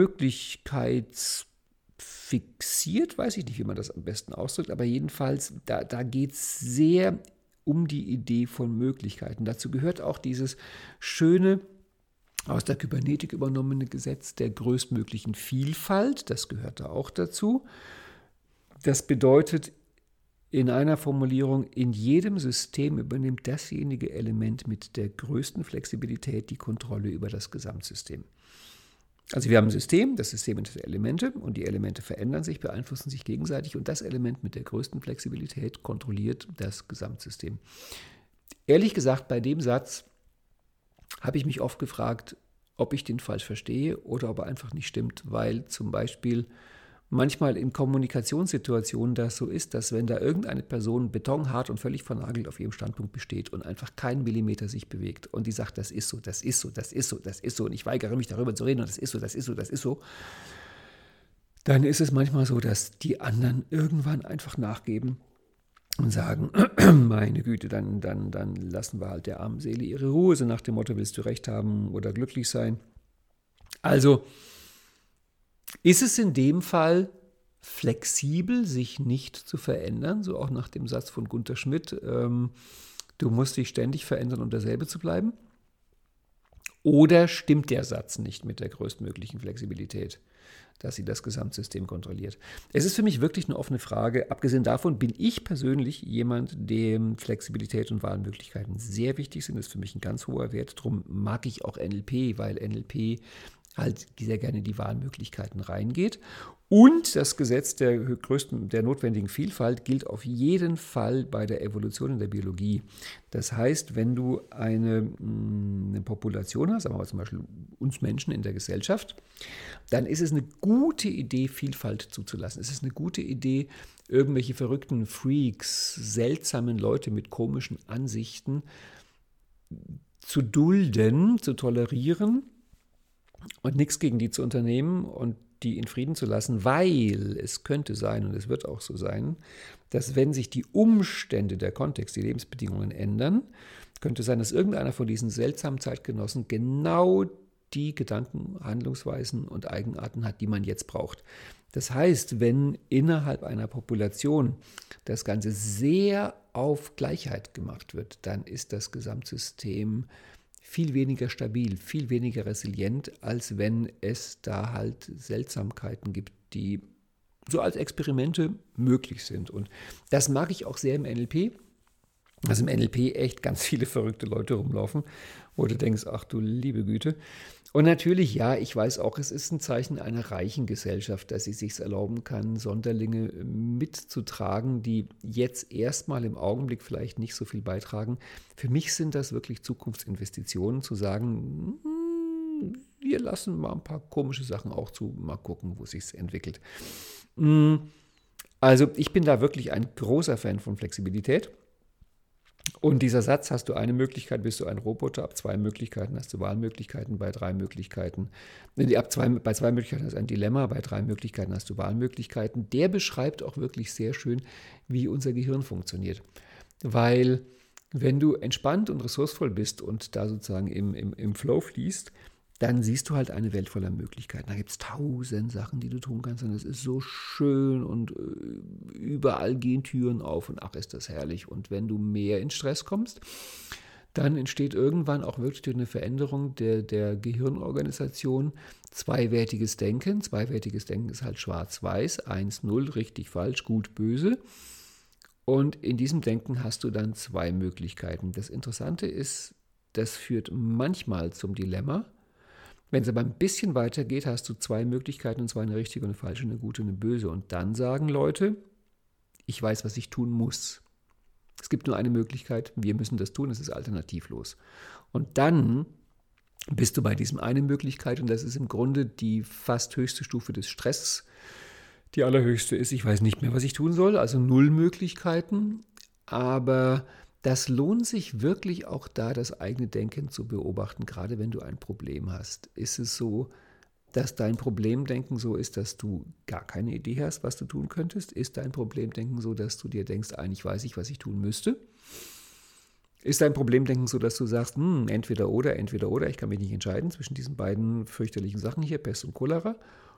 möglichkeitsfixiert, weiß ich nicht, wie man das am besten ausdrückt, aber jedenfalls, da, da geht es sehr um die Idee von Möglichkeiten. Dazu gehört auch dieses schöne, aus der Kybernetik übernommene Gesetz der größtmöglichen Vielfalt. Das gehört da auch dazu. Das bedeutet in einer Formulierung: In jedem System übernimmt dasjenige Element mit der größten Flexibilität die Kontrolle über das Gesamtsystem. Also wir haben ein System, das System enthält Elemente und die Elemente verändern sich, beeinflussen sich gegenseitig und das Element mit der größten Flexibilität kontrolliert das Gesamtsystem. Ehrlich gesagt, bei dem Satz habe ich mich oft gefragt, ob ich den falsch verstehe oder ob er einfach nicht stimmt, weil zum Beispiel manchmal in Kommunikationssituationen das so ist, dass wenn da irgendeine Person betonhart und völlig vernagelt auf ihrem Standpunkt besteht und einfach keinen Millimeter sich bewegt und die sagt, das ist so, das ist so, das ist so, das ist so und ich weigere mich darüber zu reden und das ist so, das ist so, das ist so, dann ist es manchmal so, dass die anderen irgendwann einfach nachgeben und sagen, meine Güte, dann, dann, dann lassen wir halt der armen Seele ihre Ruhe, so nach dem Motto, willst du recht haben oder glücklich sein. Also ist es in dem Fall flexibel, sich nicht zu verändern, so auch nach dem Satz von Gunther Schmidt, ähm, du musst dich ständig verändern, um derselbe zu bleiben? Oder stimmt der Satz nicht mit der größtmöglichen Flexibilität, dass sie das Gesamtsystem kontrolliert? Es ist für mich wirklich eine offene Frage. Abgesehen davon bin ich persönlich jemand, dem Flexibilität und Wahlmöglichkeiten sehr wichtig sind. Das ist für mich ein ganz hoher Wert. Darum mag ich auch N L P, weil N L P halt sehr gerne in die Wahlmöglichkeiten reingeht. Und das Gesetz der größten, der notwendigen Vielfalt gilt auf jeden Fall bei der Evolution in der Biologie. Das heißt, wenn du eine, eine Population hast, sagen wir mal zum Beispiel uns Menschen in der Gesellschaft, dann ist es eine gute Idee, Vielfalt zuzulassen. Es ist eine gute Idee, irgendwelche verrückten Freaks, seltsamen Leute mit komischen Ansichten zu dulden, zu tolerieren und nichts gegen die zu unternehmen und die in Frieden zu lassen, weil es könnte sein, und es wird auch so sein, dass wenn sich die Umstände, der Kontext, die Lebensbedingungen ändern, könnte sein, dass irgendeiner von diesen seltsamen Zeitgenossen genau die Gedanken, Handlungsweisen und Eigenarten hat, die man jetzt braucht. Das heißt, wenn innerhalb einer Population das Ganze sehr auf Gleichheit gemacht wird, dann ist das Gesamtsystem viel weniger stabil, viel weniger resilient, als wenn es da halt Seltsamkeiten gibt, die so als Experimente möglich sind. Und das mag ich auch sehr im N L P, dass im N L P echt ganz viele verrückte Leute rumlaufen, wo du denkst, ach du liebe Güte. Und natürlich, ja, ich weiß auch, es ist ein Zeichen einer reichen Gesellschaft, dass sie sich erlauben kann, Sonderlinge mitzutragen, die jetzt erstmal im Augenblick vielleicht nicht so viel beitragen. Für mich sind das wirklich Zukunftsinvestitionen, zu sagen, wir lassen mal ein paar komische Sachen auch zu, mal gucken, wo es sich entwickelt. Also ich bin da wirklich ein großer Fan von Flexibilität. Und dieser Satz, hast du eine Möglichkeit, bist du ein Roboter, ab zwei Möglichkeiten hast du Wahlmöglichkeiten, bei drei Möglichkeiten, ab zwei, bei zwei Möglichkeiten hast du ein Dilemma, bei drei Möglichkeiten hast du Wahlmöglichkeiten, der beschreibt auch wirklich sehr schön, wie unser Gehirn funktioniert. Weil wenn du entspannt und ressourcevoll bist und da sozusagen im, im, im Flow fließt, dann siehst du halt eine Welt voller Möglichkeiten. Da gibt es tausend Sachen, die du tun kannst und es ist so schön und überall gehen Türen auf und ach, ist das herrlich. Und wenn du mehr in Stress kommst, dann entsteht irgendwann auch wirklich eine Veränderung der, der Gehirnorganisation. Zweiwertiges Denken. Zweiwertiges Denken ist halt schwarz-weiß, eins null, richtig, falsch, gut, böse. Und in diesem Denken hast du dann zwei Möglichkeiten. Das Interessante ist, das führt manchmal zum Dilemma. Wenn es aber ein bisschen weiter geht, hast du zwei Möglichkeiten, und zwar eine richtige und eine falsche, eine gute und eine böse. Und dann sagen Leute, ich weiß, was ich tun muss. Es gibt nur eine Möglichkeit, wir müssen das tun, es ist alternativlos. Und dann bist du bei diesem eine Möglichkeit und das ist im Grunde die fast höchste Stufe des Stresses. Die allerhöchste ist, ich weiß nicht mehr, was ich tun soll, also null Möglichkeiten, aber das lohnt sich wirklich auch da, das eigene Denken zu beobachten, gerade wenn du ein Problem hast. Ist es so, dass dein Problemdenken so ist, dass du gar keine Idee hast, was du tun könntest? Ist dein Problemdenken so, dass du dir denkst, eigentlich weiß ich, was ich tun müsste? Ist dein Problemdenken so, dass du sagst, hm, entweder oder, entweder oder, ich kann mich nicht entscheiden zwischen diesen beiden fürchterlichen Sachen hier, Pest und Cholera?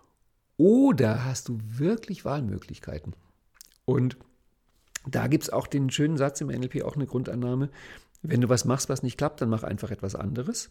Oder hast du wirklich Wahlmöglichkeiten? Und da gibt es auch den schönen Satz im N L P, auch eine Grundannahme, wenn du was machst, was nicht klappt, dann mach einfach etwas anderes.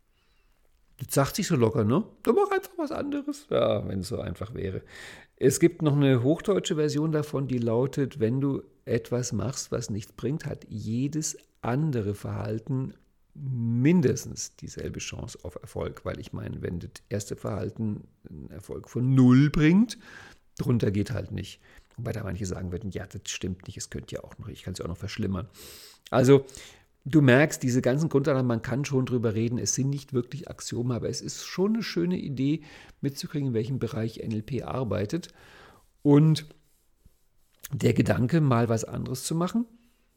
Das sagt sich so locker, ne? Dann mach einfach was anderes. Ja, wenn es so einfach wäre. Es gibt noch eine hochdeutsche Version davon, die lautet, wenn du etwas machst, was nichts bringt, hat jedes andere Verhalten mindestens dieselbe Chance auf Erfolg. Weil ich meine, wenn das erste Verhalten einen Erfolg von null bringt, drunter geht halt nicht. Wobei da manche sagen würden, ja, das stimmt nicht, es könnte ja auch noch, ich kann es ja auch noch verschlimmern. Also, du merkst, diese ganzen Grundannahmen, man kann schon drüber reden, es sind nicht wirklich Axiome, aber es ist schon eine schöne Idee, mitzukriegen, in welchem Bereich N L P arbeitet. Und der Gedanke, mal was anderes zu machen,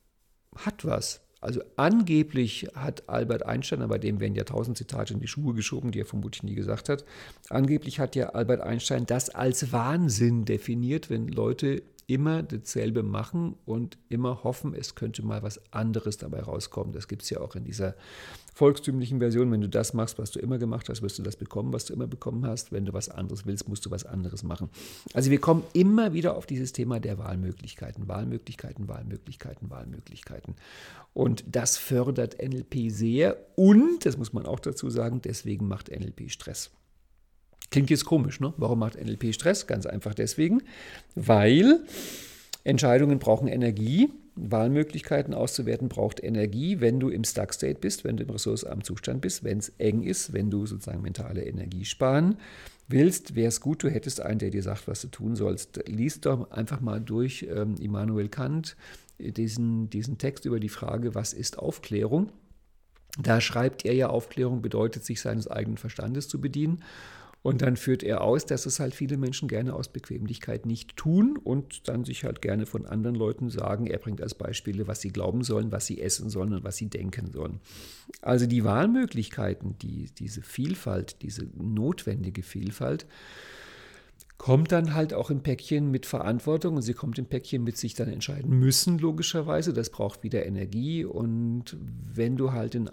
hat was. Also angeblich hat Albert Einstein, aber dem werden ja tausend Zitate in die Schuhe geschoben, die er vermutlich nie gesagt hat, angeblich hat ja Albert Einstein das als Wahnsinn definiert, wenn Leute immer dasselbe machen und immer hoffen, es könnte mal was anderes dabei rauskommen. Das gibt es ja auch in dieser volkstümlichen Version. Wenn du das machst, was du immer gemacht hast, wirst du das bekommen, was du immer bekommen hast. Wenn du was anderes willst, musst du was anderes machen. Also wir kommen immer wieder auf dieses Thema der Wahlmöglichkeiten. Wahlmöglichkeiten, Wahlmöglichkeiten, Wahlmöglichkeiten. Und das fördert N L P sehr und, das muss man auch dazu sagen, deswegen macht N L P Stress. Klingt jetzt komisch, ne? Warum macht N L P Stress? Ganz einfach deswegen, weil Entscheidungen brauchen Energie, Wahlmöglichkeiten auszuwerten braucht Energie, wenn du im Stuck-State bist, wenn du im ressourcenarmen Zustand bist, wenn es eng ist, wenn du sozusagen mentale Energie sparen willst, wäre es gut, du hättest einen, der dir sagt, was du tun sollst. Lies doch einfach mal durch ähm, Immanuel Kant diesen, diesen Text über die Frage, was ist Aufklärung? Da schreibt er ja, Aufklärung bedeutet, sich seines eigenen Verstandes zu bedienen. Und dann führt er aus, dass es halt viele Menschen gerne aus Bequemlichkeit nicht tun und dann sich halt gerne von anderen Leuten sagen, er bringt als Beispiele, was sie glauben sollen, was sie essen sollen und was sie denken sollen. Also die Wahlmöglichkeiten, die, diese Vielfalt, diese notwendige Vielfalt, kommt dann halt auch im Päckchen mit Verantwortung und sie kommt im Päckchen mit sich dann entscheiden müssen, logischerweise. Das braucht wieder Energie und wenn du halt in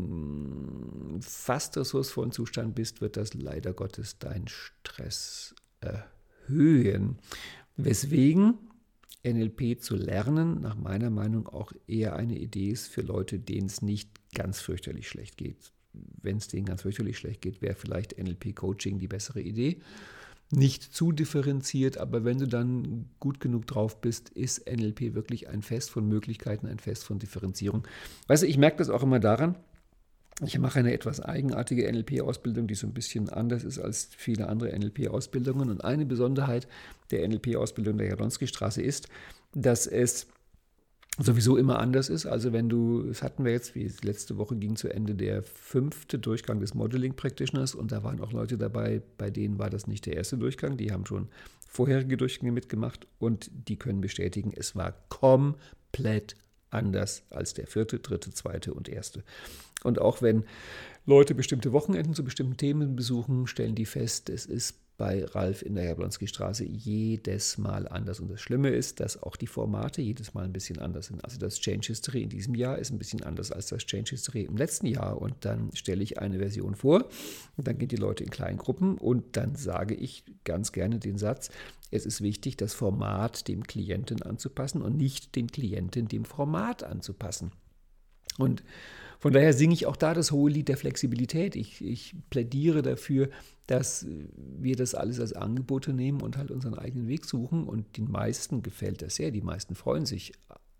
einem fast ressourcevollen Zustand bist, wird das leider Gottes deinen Stress erhöhen. Weswegen N L P zu lernen, nach meiner Meinung auch eher eine Idee ist für Leute, denen es nicht ganz fürchterlich schlecht geht. Wenn es denen ganz fürchterlich schlecht geht, wäre vielleicht N L P-Coaching die bessere Idee. Nicht zu differenziert, aber wenn du dann gut genug drauf bist, ist N L P wirklich ein Fest von Möglichkeiten, ein Fest von Differenzierung. Weißt du, ich merke das auch immer daran, ich mache eine etwas eigenartige N L P-Ausbildung, die so ein bisschen anders ist als viele andere N L P-Ausbildungen. Und eine Besonderheit der N L P-Ausbildung der Jablonski-Straße ist, dass es sowieso immer anders ist. Also wenn du, das hatten wir jetzt, wie letzte Woche ging zu Ende der fünfte Durchgang des Modeling Practitioners und da waren auch Leute dabei, bei denen war das nicht der erste Durchgang, die haben schon vorherige Durchgänge mitgemacht und die können bestätigen, es war komplett anders als der vierte, dritte, zweite und erste. Und auch wenn Leute bestimmte Wochenenden zu bestimmten Themen besuchen, stellen die fest, es ist bei Ralf in der Jablonski-Straße jedes Mal anders. Und das Schlimme ist, dass auch die Formate jedes Mal ein bisschen anders sind. Also das Change History in diesem Jahr ist ein bisschen anders als das Change History im letzten Jahr. Und dann stelle ich eine Version vor und dann gehen die Leute in kleinen Gruppen und dann sage ich ganz gerne den Satz, es ist wichtig, das Format dem Klienten anzupassen und nicht den Klienten dem Format anzupassen. Und von daher singe ich auch da das hohe Lied der Flexibilität. Ich, ich plädiere dafür, dass wir das alles als Angebote nehmen und halt unseren eigenen Weg suchen. Und den meisten gefällt das sehr, die meisten freuen sich.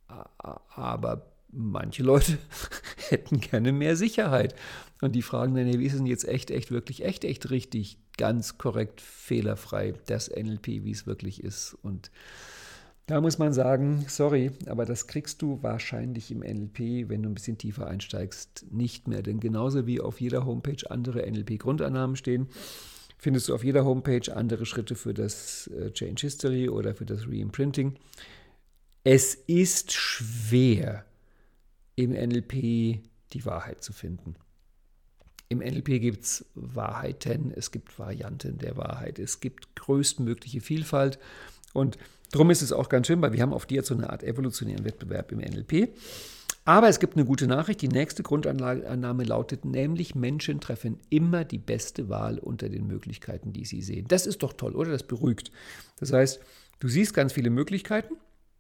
Aber manche Leute hätten gerne mehr Sicherheit. Und die fragen dann, wie ist es denn jetzt echt, echt, wirklich, echt, echt richtig, ganz korrekt, fehlerfrei, das N L P, wie es wirklich ist. Und Da muss man sagen, sorry, aber das kriegst du wahrscheinlich im N L P, wenn du ein bisschen tiefer einsteigst, nicht mehr. Denn genauso wie auf jeder Homepage andere N L P-Grundannahmen stehen, findest du auf jeder Homepage andere Schritte für das Change History oder für das Reimprinting. Es ist schwer, im N L P die Wahrheit zu finden. Im N L P gibt es Wahrheiten, es gibt Varianten der Wahrheit, es gibt größtmögliche Vielfalt und darum ist es auch ganz schön, weil wir haben auf die jetzt so eine Art evolutionären Wettbewerb im N L P. Aber es gibt eine gute Nachricht, die nächste Grundannahme lautet nämlich, Menschen treffen immer die beste Wahl unter den Möglichkeiten, die sie sehen. Das ist doch toll, oder? Das beruhigt. Das heißt, du siehst ganz viele Möglichkeiten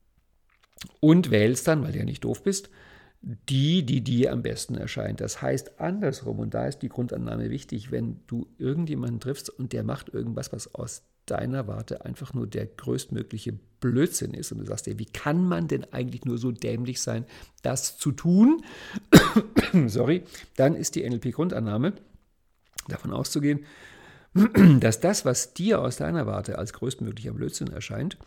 und wählst dann, weil du ja nicht doof bist, die, die dir am besten erscheint. Das heißt andersrum, und da ist die Grundannahme wichtig, wenn du irgendjemanden triffst und der macht irgendwas, was aus deiner Warte einfach nur der größtmögliche Blödsinn ist und du sagst dir, wie kann man denn eigentlich nur so dämlich sein, das zu tun? Sorry, dann ist die N L P-Grundannahme davon auszugehen, dass das, was dir aus deiner Warte als größtmöglicher Blödsinn erscheint,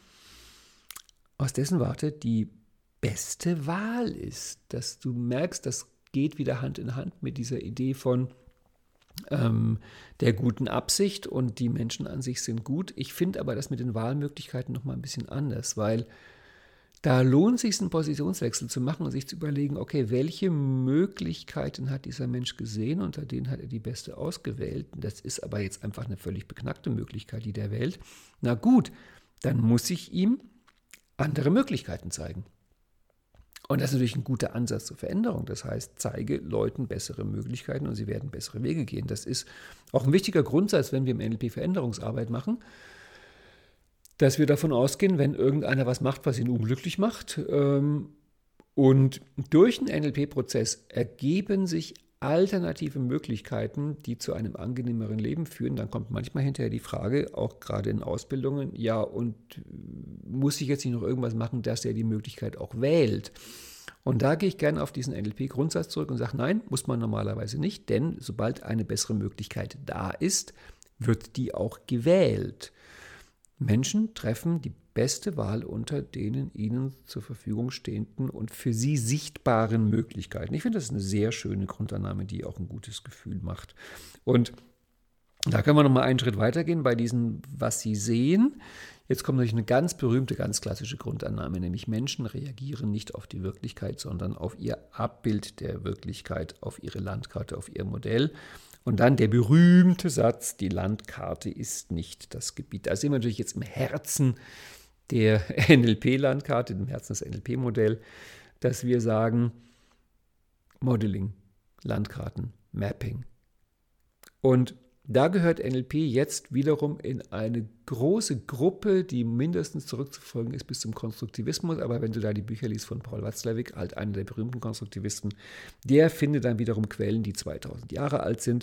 aus dessen Warte die beste Wahl ist. Dass du merkst, das geht wieder Hand in Hand mit dieser Idee von ähm, der guten Absicht und die Menschen an sich sind gut. Ich finde aber das mit den Wahlmöglichkeiten nochmal ein bisschen anders, weil da lohnt es sich, einen Positionswechsel zu machen und sich zu überlegen, okay, welche Möglichkeiten hat dieser Mensch gesehen, unter denen hat er die beste ausgewählt. Das ist aber jetzt einfach eine völlig beknackte Möglichkeit, die der wählt. Na gut, dann muss ich ihm andere Möglichkeiten zeigen. Und das ist natürlich ein guter Ansatz zur Veränderung. Das heißt, zeige Leuten bessere Möglichkeiten und sie werden bessere Wege gehen. Das ist auch ein wichtiger Grundsatz, wenn wir im N L P Veränderungsarbeit machen, dass wir davon ausgehen, wenn irgendeiner was macht, was ihn unglücklich macht. Und durch den N L P-Prozess ergeben sich alternative Möglichkeiten, die zu einem angenehmeren Leben führen. Dann kommt manchmal hinterher die Frage, auch gerade in Ausbildungen, ja, und muss ich jetzt nicht noch irgendwas machen, dass er die Möglichkeit auch wählt? Und da gehe ich gerne auf diesen N L P-Grundsatz zurück und sage, nein, muss man normalerweise nicht, denn sobald eine bessere Möglichkeit da ist, wird die auch gewählt. Menschen treffen die beste Wahl unter denen ihnen zur Verfügung stehenden und für sie sichtbaren Möglichkeiten. Ich finde, das ist eine sehr schöne Grundannahme, die auch ein gutes Gefühl macht. Und da können wir noch mal einen Schritt weitergehen bei diesem, was sie sehen. Jetzt kommt natürlich eine ganz berühmte, ganz klassische Grundannahme, nämlich Menschen reagieren nicht auf die Wirklichkeit, sondern auf ihr Abbild der Wirklichkeit, auf ihre Landkarte, auf ihr Modell. Und dann der berühmte Satz, die Landkarte ist nicht das Gebiet. Da sind wir natürlich jetzt im Herzen der N L P-Landkarte, im Herzen des N L P-Modells, dass wir sagen, Modeling, Landkarten, Mapping. Und da gehört N L P jetzt wiederum in eine große Gruppe, die mindestens zurückzufolgen ist bis zum Konstruktivismus. Aber wenn du da die Bücher liest von Paul Watzlawick, halt einer der berühmten Konstruktivisten, der findet dann wiederum Quellen, die zweitausend Jahre alt sind,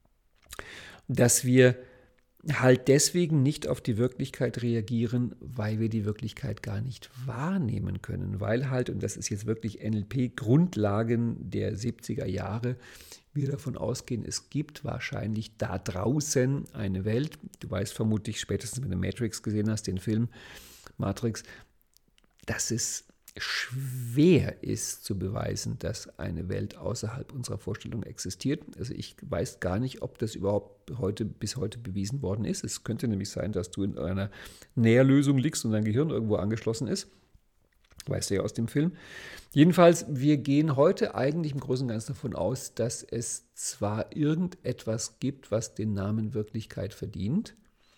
dass wir halt deswegen nicht auf die Wirklichkeit reagieren, weil wir die Wirklichkeit gar nicht wahrnehmen können. Weil halt, und das ist jetzt wirklich N L P-Grundlagen der siebziger Jahre, wir davon ausgehen, es gibt wahrscheinlich da draußen eine Welt. Du weißt vermutlich, spätestens wenn du Matrix gesehen hast, den Film Matrix, dass es schwer ist zu beweisen, dass eine Welt außerhalb unserer Vorstellung existiert. Also ich weiß gar nicht, ob das überhaupt heute, bis heute bewiesen worden ist. Es könnte nämlich sein, dass du in einer Nährlösung liegst und dein Gehirn irgendwo angeschlossen ist. Weißt du ja aus dem Film. Jedenfalls, wir gehen heute eigentlich im Großen und Ganzen davon aus, dass es zwar irgendetwas gibt, was den Namen Wirklichkeit verdient,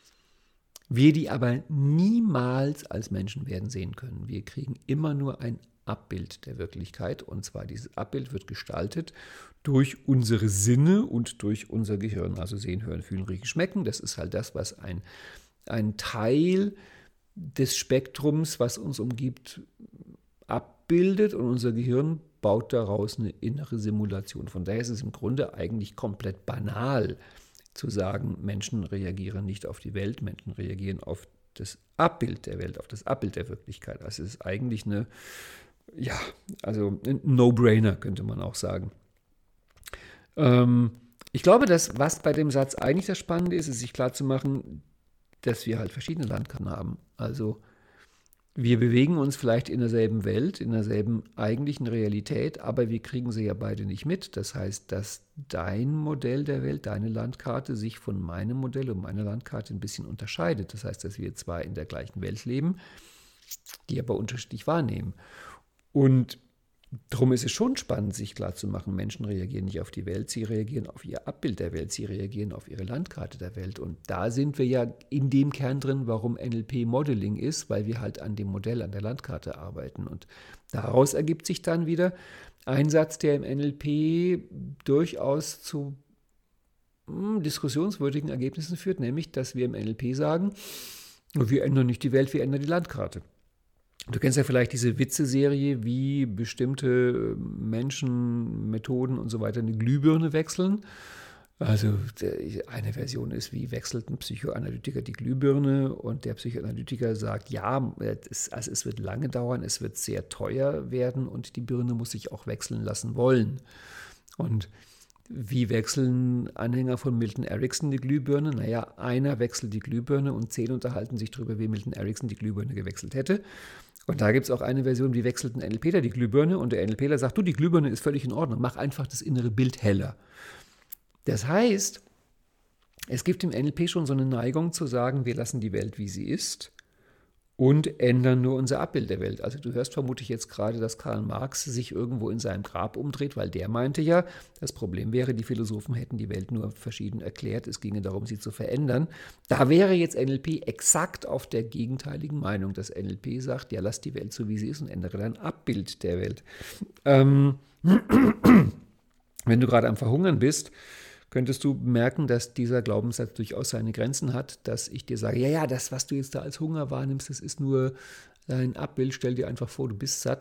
wir die aber niemals als Menschen werden sehen können. Wir kriegen immer nur ein Abbild der Wirklichkeit und zwar dieses Abbild wird gestaltet durch unsere Sinne und durch unser Gehirn. Also sehen, hören, fühlen, riechen, schmecken. Das ist halt das, was ein, ein Teil des Spektrums, was uns umgibt, abbildet und unser Gehirn baut daraus eine innere Simulation. Von daher ist es im Grunde eigentlich komplett banal zu sagen, Menschen reagieren nicht auf die Welt, Menschen reagieren auf das Abbild der Welt, auf das Abbild der Wirklichkeit. Also es ist eigentlich eine, ja, also ein No-Brainer, könnte man auch sagen. Ähm, ich glaube, dass was bei dem Satz eigentlich das Spannende ist, ist sich klarzumachen, dass wir halt verschiedene Landkarten haben. Also Wir bewegen uns vielleicht in derselben Welt, in derselben eigentlichen Realität, aber wir kriegen sie ja beide nicht mit. Das heißt, dass dein Modell der Welt, deine Landkarte sich von meinem Modell und meiner Landkarte ein bisschen unterscheidet. Das heißt, dass wir zwar in der gleichen Welt leben, die aber unterschiedlich wahrnehmen. Und darum ist es schon spannend, sich klarzumachen, Menschen reagieren nicht auf die Welt, sie reagieren auf ihr Abbild der Welt, sie reagieren auf ihre Landkarte der Welt. Und da sind wir ja in dem Kern drin, warum N L P Modeling ist, weil wir halt an dem Modell, an der Landkarte arbeiten. Und daraus ergibt sich dann wieder ein Satz, der im N L P durchaus zu hm, diskussionswürdigen Ergebnissen führt, nämlich, dass wir im N L P sagen, wir ändern nicht die Welt, wir ändern die Landkarte. Du kennst ja vielleicht diese Witze-Serie, wie bestimmte Menschen, Methoden und so weiter eine Glühbirne wechseln. Also eine Version ist, wie wechselt ein Psychoanalytiker die Glühbirne und der Psychoanalytiker sagt, ja, es, also es wird lange dauern, es wird sehr teuer werden und die Birne muss sich auch wechseln lassen wollen. Und wie wechseln Anhänger von Milton Erickson die Glühbirne? Naja, einer wechselt die Glühbirne und zehn unterhalten sich darüber, wie Milton Erickson die Glühbirne gewechselt hätte. Und da gibt es auch eine Version, wie wechselt ein NLPler die Glühbirne und der NLPler sagt, du, die Glühbirne ist völlig in Ordnung, mach einfach das innere Bild heller. Das heißt, es gibt im N L P schon so eine Neigung zu sagen, wir lassen die Welt, wie sie ist und ändern nur unser Abbild der Welt. Also du hörst vermutlich jetzt gerade, dass Karl Marx sich irgendwo in seinem Grab umdreht, weil der meinte ja, das Problem wäre, die Philosophen hätten die Welt nur verschieden erklärt, es ginge darum, sie zu verändern. Da wäre jetzt N L P exakt auf der gegenteiligen Meinung. Das N L P sagt, ja, lass die Welt so, wie sie ist und ändere dein Abbild der Welt. Ähm, wenn du gerade am Verhungern bist, könntest du merken, dass dieser Glaubenssatz durchaus seine Grenzen hat, dass ich dir sage, ja, ja, das, was du jetzt da als Hunger wahrnimmst, das ist nur ein Abbild, stell dir einfach vor, du bist satt.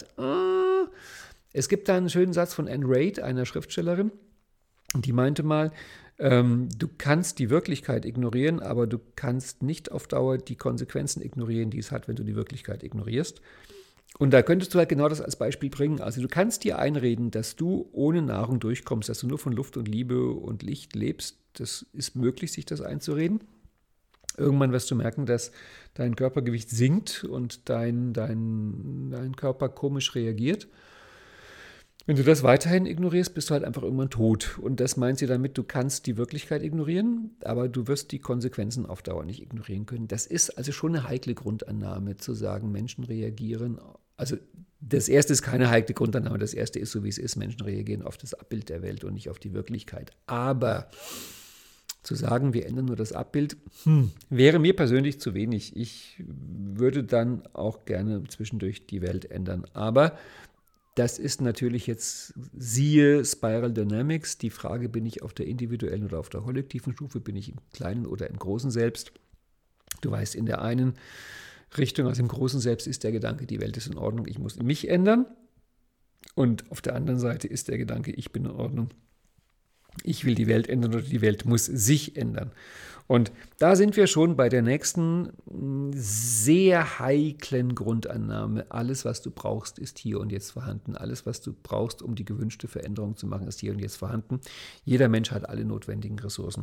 Es gibt da einen schönen Satz von Anne Reid, einer Schriftstellerin, die meinte mal, ähm, du kannst die Wirklichkeit ignorieren, aber du kannst nicht auf Dauer die Konsequenzen ignorieren, die es hat, wenn du die Wirklichkeit ignorierst. Und da könntest du halt genau das als Beispiel bringen. Also du kannst dir einreden, dass du ohne Nahrung durchkommst, dass du nur von Luft und Liebe und Licht lebst. Das ist möglich, sich das einzureden. Irgendwann wirst du merken, dass dein Körpergewicht sinkt und dein, dein, dein Körper komisch reagiert. Wenn du das weiterhin ignorierst, bist du halt einfach irgendwann tot. Und das meint sie damit, du kannst die Wirklichkeit ignorieren, aber du wirst die Konsequenzen auf Dauer nicht ignorieren können. Das ist also schon eine heikle Grundannahme, zu sagen, Menschen reagieren. Also das erste ist keine heikle Grundannahme, das erste ist so, wie es ist. Menschen reagieren auf das Abbild der Welt und nicht auf die Wirklichkeit. Aber zu sagen, wir ändern nur das Abbild, hm, wäre mir persönlich zu wenig. Ich würde dann auch gerne zwischendurch die Welt ändern. Aber das ist natürlich jetzt, siehe Spiral Dynamics, die Frage, bin ich auf der individuellen oder auf der kollektiven Stufe, bin ich im kleinen oder im großen Selbst. Du weißt, in der einen Richtung, also im großen Selbst ist der Gedanke, die Welt ist in Ordnung, ich muss mich ändern. Und auf der anderen Seite ist der Gedanke, ich bin in Ordnung, ich will die Welt ändern oder die Welt muss sich ändern. Und da sind wir schon bei der nächsten sehr heiklen Grundannahme. Alles, was du brauchst, ist hier und jetzt vorhanden. Alles, was du brauchst, um die gewünschte Veränderung zu machen, ist hier und jetzt vorhanden. Jeder Mensch hat alle notwendigen Ressourcen.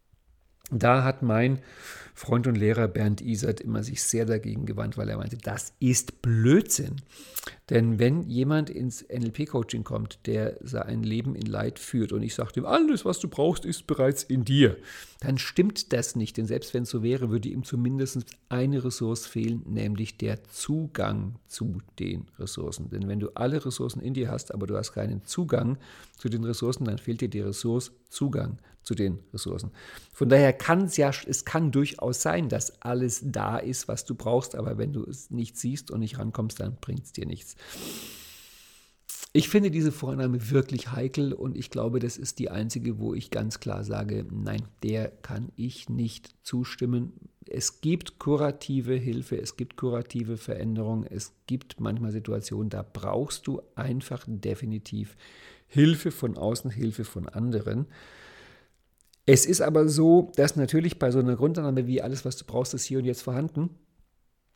Da hat mein Freund und Lehrer Bernd Isert immer sich sehr dagegen gewandt, weil er meinte, das ist Blödsinn. Denn wenn jemand ins N L P-Coaching kommt, der sein Leben in Leid führt und ich sage ihm, alles, was du brauchst, ist bereits in dir, dann stimmt das nicht. Denn selbst wenn es so wäre, würde ihm zumindest eine Ressource fehlen, nämlich der Zugang zu den Ressourcen. Denn wenn du alle Ressourcen in dir hast, aber du hast keinen Zugang zu den Ressourcen, dann fehlt dir die Ressource Zugang zu den Ressourcen. Von daher kann es ja, es kann durchaus sein, dass alles da ist, was du brauchst, aber wenn du es nicht siehst und nicht rankommst, dann bringt es dir nichts. Ich finde diese Vorannahme wirklich heikel und ich glaube, das ist die einzige, wo ich ganz klar sage, nein, der kann ich nicht zustimmen. Es gibt kurative Hilfe, es gibt kurative Veränderungen, es gibt manchmal Situationen, da brauchst du einfach definitiv Hilfe von außen, Hilfe von anderen. Es ist aber so, dass natürlich bei so einer Grundannahme wie alles, was du brauchst, ist hier und jetzt vorhanden,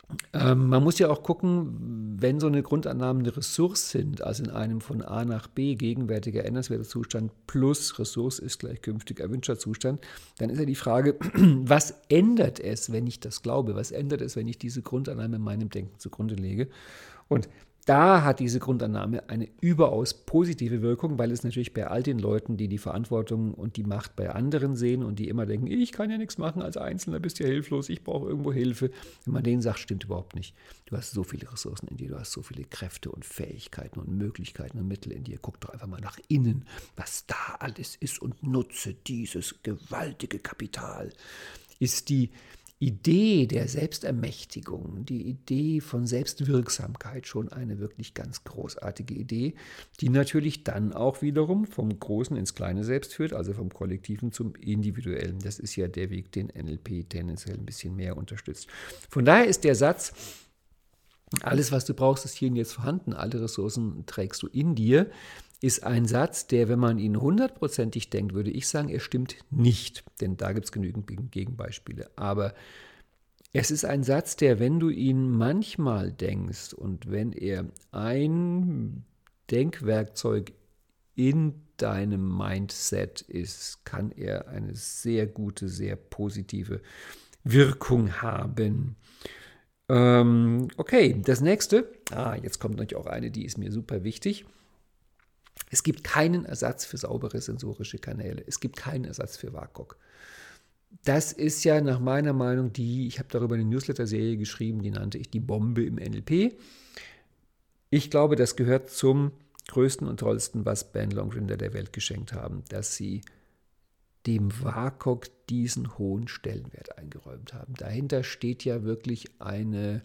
Ähm, man muss ja auch gucken, wenn so eine Grundannahmen eine Ressource sind, also in einem von A nach B gegenwärtiger ändernswerter Zustand plus Ressource ist gleich künftig erwünschter Zustand, dann ist ja die Frage, was ändert es, wenn ich das glaube? Was ändert es, wenn ich diese Grundannahme in meinem Denken zugrunde lege? Und da hat diese Grundannahme eine überaus positive Wirkung, weil es natürlich bei all den Leuten, die die Verantwortung und die Macht bei anderen sehen und die immer denken, ich kann ja nichts machen als Einzelner, bist ja hilflos, ich brauche irgendwo Hilfe. Wenn man denen sagt, stimmt überhaupt nicht. Du hast so viele Ressourcen in dir, du hast so viele Kräfte und Fähigkeiten und Möglichkeiten und Mittel in dir. Guck doch einfach mal nach innen, was da alles ist und nutze dieses gewaltige Kapital. Ist die Idee der Selbstermächtigung, die Idee von Selbstwirksamkeit schon eine wirklich ganz großartige Idee, die natürlich dann auch wiederum vom Großen ins Kleine Selbst führt, also vom Kollektiven zum Individuellen. Das ist ja der Weg, den N L P tendenziell ein bisschen mehr unterstützt. Von daher ist der Satz, alles, was du brauchst, ist hier und jetzt vorhanden, alle Ressourcen trägst du in dir, ist ein Satz, der, wenn man ihn hundertprozentig denkt, würde ich sagen, er stimmt nicht. Denn da gibt es genügend Gegenbeispiele. Aber es ist ein Satz, der, wenn du ihn manchmal denkst und wenn er ein Denkwerkzeug in deinem Mindset ist, kann er eine sehr gute, sehr positive Wirkung haben. Ähm, okay, das nächste. Ah, jetzt kommt natürlich auch eine, die ist mir super wichtig. Es gibt keinen Ersatz für saubere sensorische Kanäle. Es gibt keinen Ersatz für W A K O K. Das ist ja nach meiner Meinung die, ich habe darüber eine Newsletter-Serie geschrieben, die nannte ich die Bombe im N L P. Ich glaube, das gehört zum größten und tollsten, was Ben Longrinder der Welt geschenkt haben, dass sie dem W A K O K diesen hohen Stellenwert eingeräumt haben. Dahinter steht ja wirklich eine...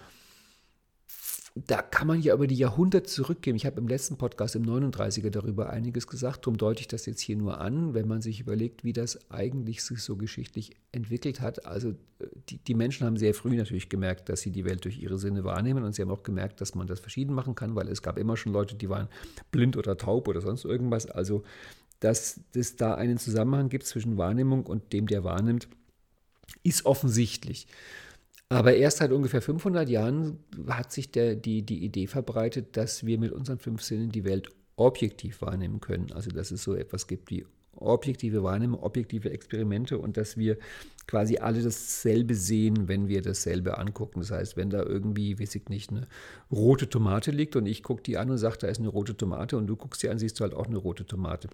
Da kann man ja über die Jahrhunderte zurückgehen. Ich habe im letzten Podcast, im neununddreißiger, darüber einiges gesagt. Darum deute ich das jetzt hier nur an, wenn man sich überlegt, wie das eigentlich sich so geschichtlich entwickelt hat. Also die, die Menschen haben sehr früh natürlich gemerkt, dass sie die Welt durch ihre Sinne wahrnehmen. Und sie haben auch gemerkt, dass man das verschieden machen kann, weil es gab immer schon Leute, die waren blind oder taub oder sonst irgendwas. Also dass es da einen Zusammenhang gibt zwischen Wahrnehmung und dem, der wahrnimmt, ist offensichtlich. Aber erst seit ungefähr fünfhundert Jahren hat sich der, die, die Idee verbreitet, dass wir mit unseren fünf Sinnen die Welt objektiv wahrnehmen können. Also dass es so etwas gibt wie objektive Wahrnehmung, objektive Experimente und dass wir quasi alle dasselbe sehen, wenn wir dasselbe angucken. Das heißt, wenn da irgendwie, weiß ich nicht, eine rote Tomate liegt und ich gucke die an und sage, da ist eine rote Tomate und du guckst die an, siehst du halt auch eine rote Tomate.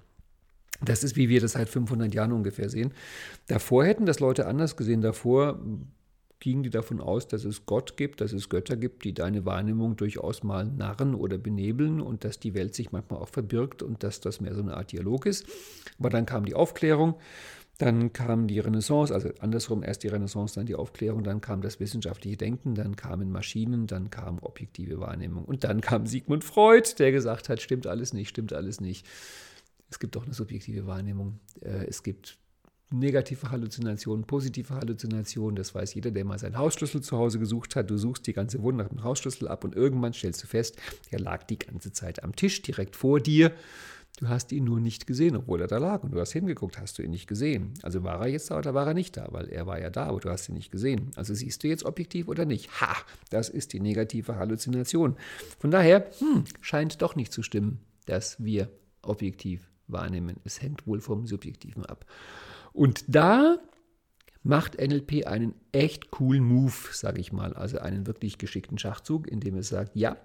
Das ist, wie wir das seit fünfhundert Jahren ungefähr sehen. Davor hätten das Leute anders gesehen. Davor gingen die davon aus, dass es Gott gibt, dass es Götter gibt, die deine Wahrnehmung durchaus mal narren oder benebeln und dass die Welt sich manchmal auch verbirgt und dass das mehr so eine Art Dialog ist. Aber dann kam die Aufklärung, dann kam die Renaissance, also andersrum erst die Renaissance, dann die Aufklärung, dann kam das wissenschaftliche Denken, dann kamen Maschinen, dann kam objektive Wahrnehmung und dann kam Sigmund Freud, der gesagt hat, stimmt alles nicht, stimmt alles nicht. Es gibt doch eine subjektive Wahrnehmung, es gibt negative Halluzinationen, positive Halluzinationen, das weiß jeder, der mal seinen Hausschlüssel zu Hause gesucht hat. Du suchst die ganze Wohnung nach dem Hausschlüssel ab und irgendwann stellst du fest, der lag die ganze Zeit am Tisch direkt vor dir. Du hast ihn nur nicht gesehen, obwohl er da lag und du hast hingeguckt, hast du ihn nicht gesehen. Also war er jetzt da oder war er nicht da, weil er war ja da, aber du hast ihn nicht gesehen. Also siehst du jetzt objektiv oder nicht? Ha, das ist die negative Halluzination. Von daher hm, scheint doch nicht zu stimmen, dass wir objektiv wahrnehmen. Es hängt wohl vom Subjektiven ab. Und da macht N L P einen echt coolen Move, sage ich mal, also einen wirklich geschickten Schachzug, indem es sagt, ja,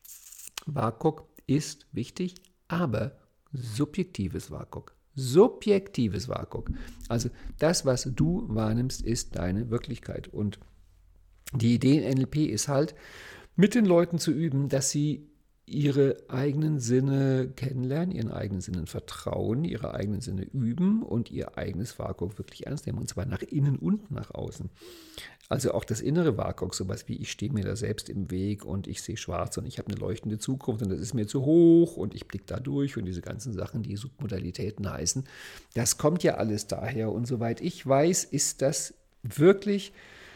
W A K O K ist wichtig, aber subjektives W A K O K. Subjektives W A K O K. Also das, was du wahrnimmst, ist deine Wirklichkeit. Und die Idee in N L P ist halt, mit den Leuten zu üben, dass sie ihre eigenen Sinne kennenlernen, ihren eigenen Sinnen vertrauen, ihre eigenen Sinne üben und ihr eigenes W A K O K wirklich ernst nehmen, und zwar nach innen und nach außen. Also auch das innere W A K O K, sowas wie ich stehe mir da selbst im Weg und ich sehe schwarz und ich habe eine leuchtende Zukunft und das ist mir zu hoch und ich blicke da durch und diese ganzen Sachen, die Submodalitäten heißen, das kommt ja alles daher und soweit ich weiß, ist das wirklich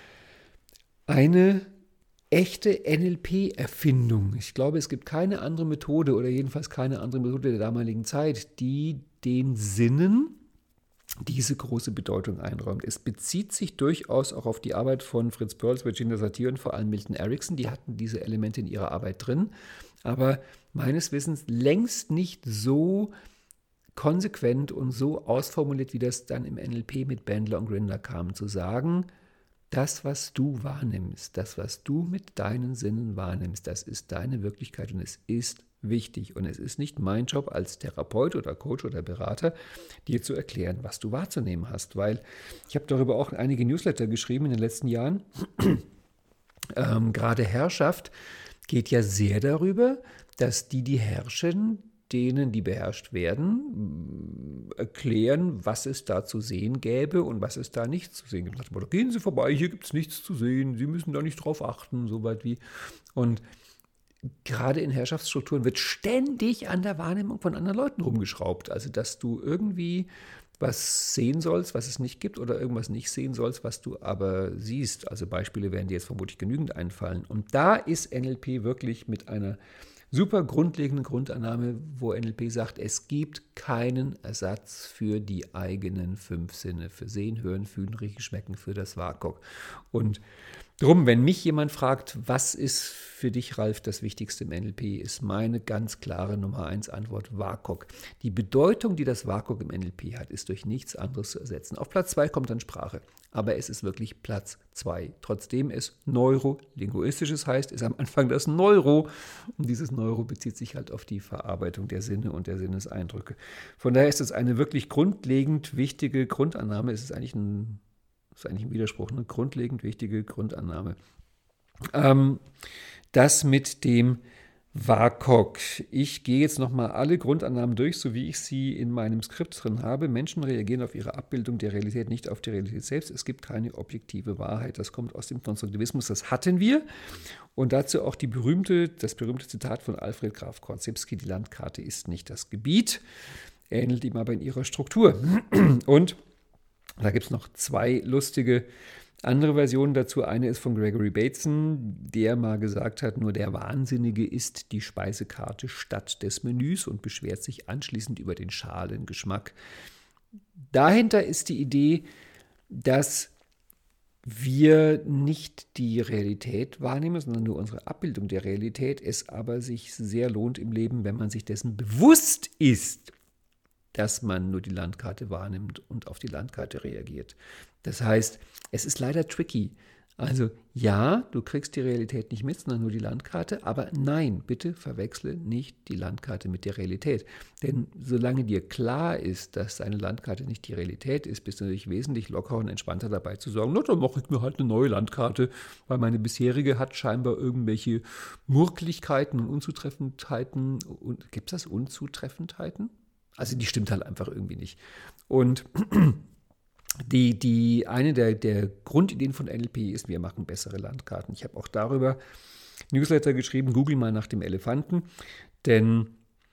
eine echte N L P-Erfindung. Ich glaube, es gibt keine andere Methode oder jedenfalls keine andere Methode der damaligen Zeit, die den Sinnen diese große Bedeutung einräumt. Es bezieht sich durchaus auch auf die Arbeit von Fritz Perls, Virginia Satir und vor allem Milton Erickson. Die hatten diese Elemente in ihrer Arbeit drin, aber meines Wissens längst nicht so konsequent und so ausformuliert, wie das dann im N L P mit Bandler und Grinder kam, zu sagen, das, was du wahrnimmst, das, was du mit deinen Sinnen wahrnimmst, das ist deine Wirklichkeit und es ist wichtig. Und es ist nicht mein Job als Therapeut oder Coach oder Berater, dir zu erklären, was du wahrzunehmen hast. Weil ich habe darüber auch einige Newsletter geschrieben in den letzten Jahren. ähm, gerade Herrschaft geht ja sehr darüber, dass die, die herrschen, denen, die beherrscht werden, erklären, was es da zu sehen gäbe und was es da nicht zu sehen gibt. Aber da gehen Sie vorbei, hier gibt es nichts zu sehen, Sie müssen da nicht drauf achten, soweit wie. Und gerade in Herrschaftsstrukturen wird ständig an der Wahrnehmung von anderen Leuten rumgeschraubt. Also, dass du irgendwie was sehen sollst, was es nicht gibt, oder irgendwas nicht sehen sollst, was du aber siehst. Also Beispiele werden dir jetzt vermutlich genügend einfallen. Und da ist N L P wirklich mit einer super grundlegende Grundannahme, wo N L P sagt, es gibt keinen Ersatz für die eigenen fünf Sinne, für Sehen, Hören, Fühlen, Riechen, Schmecken, für das W A K O K. Und drum, wenn mich jemand fragt, was ist für dich, Ralf, das Wichtigste im N L P, ist meine ganz klare Nummer eins Antwort W A K O K. Die Bedeutung, die das W A K O K im N L P hat, ist durch nichts anderes zu ersetzen. Auf Platz zwei kommt dann Sprache, aber es ist wirklich Platz zwei. Trotzdem es neurolinguistisches heißt, ist am Anfang das Neuro und dieses Neuro bezieht sich halt auf die Verarbeitung der Sinne und der Sinneseindrücke. Von daher ist es eine wirklich grundlegend wichtige Grundannahme. Es ist eigentlich ein Das ist eigentlich ein Widerspruch, eine grundlegend wichtige Grundannahme. Ähm, das mit dem W A K O K. Ich gehe jetzt nochmal alle Grundannahmen durch, so wie ich sie in meinem Skript drin habe. Menschen reagieren auf ihre Abbildung der Realität, nicht auf die Realität selbst. Es gibt keine objektive Wahrheit. Das kommt aus dem Konstruktivismus, das hatten wir. Und dazu auch die berühmte, das berühmte Zitat von Alfred Graf Korzybski: Die Landkarte ist nicht das Gebiet, ähnelt ihm aber in ihrer Struktur. Und da gibt es noch zwei lustige andere Versionen dazu. Eine ist von Gregory Bateson, der mal gesagt hat, nur der Wahnsinnige isst die Speisekarte statt des Menüs und beschwert sich anschließend über den schalen Geschmack. Dahinter ist die Idee, dass wir nicht die Realität wahrnehmen, sondern nur unsere Abbildung der Realität, es aber sich sehr lohnt im Leben, wenn man sich dessen bewusst ist, dass man nur die Landkarte wahrnimmt und auf die Landkarte reagiert. Das heißt, es ist leider tricky. Also ja, du kriegst die Realität nicht mit, sondern nur die Landkarte, aber nein, bitte verwechsle nicht die Landkarte mit der Realität. Denn solange dir klar ist, dass deine Landkarte nicht die Realität ist, bist du natürlich wesentlich lockerer und entspannter dabei zu sagen, na, dann mache ich mir halt eine neue Landkarte, weil meine bisherige hat scheinbar irgendwelche Murklichkeiten und Unzutreffendheiten. Und, gibt es das, Unzutreffendheiten? Also die stimmt halt einfach irgendwie nicht. Und die, die, eine der, der Grundideen von N L P ist, wir machen bessere Landkarten. Ich habe auch darüber Newsletter geschrieben, google mal nach dem Elefanten. Denn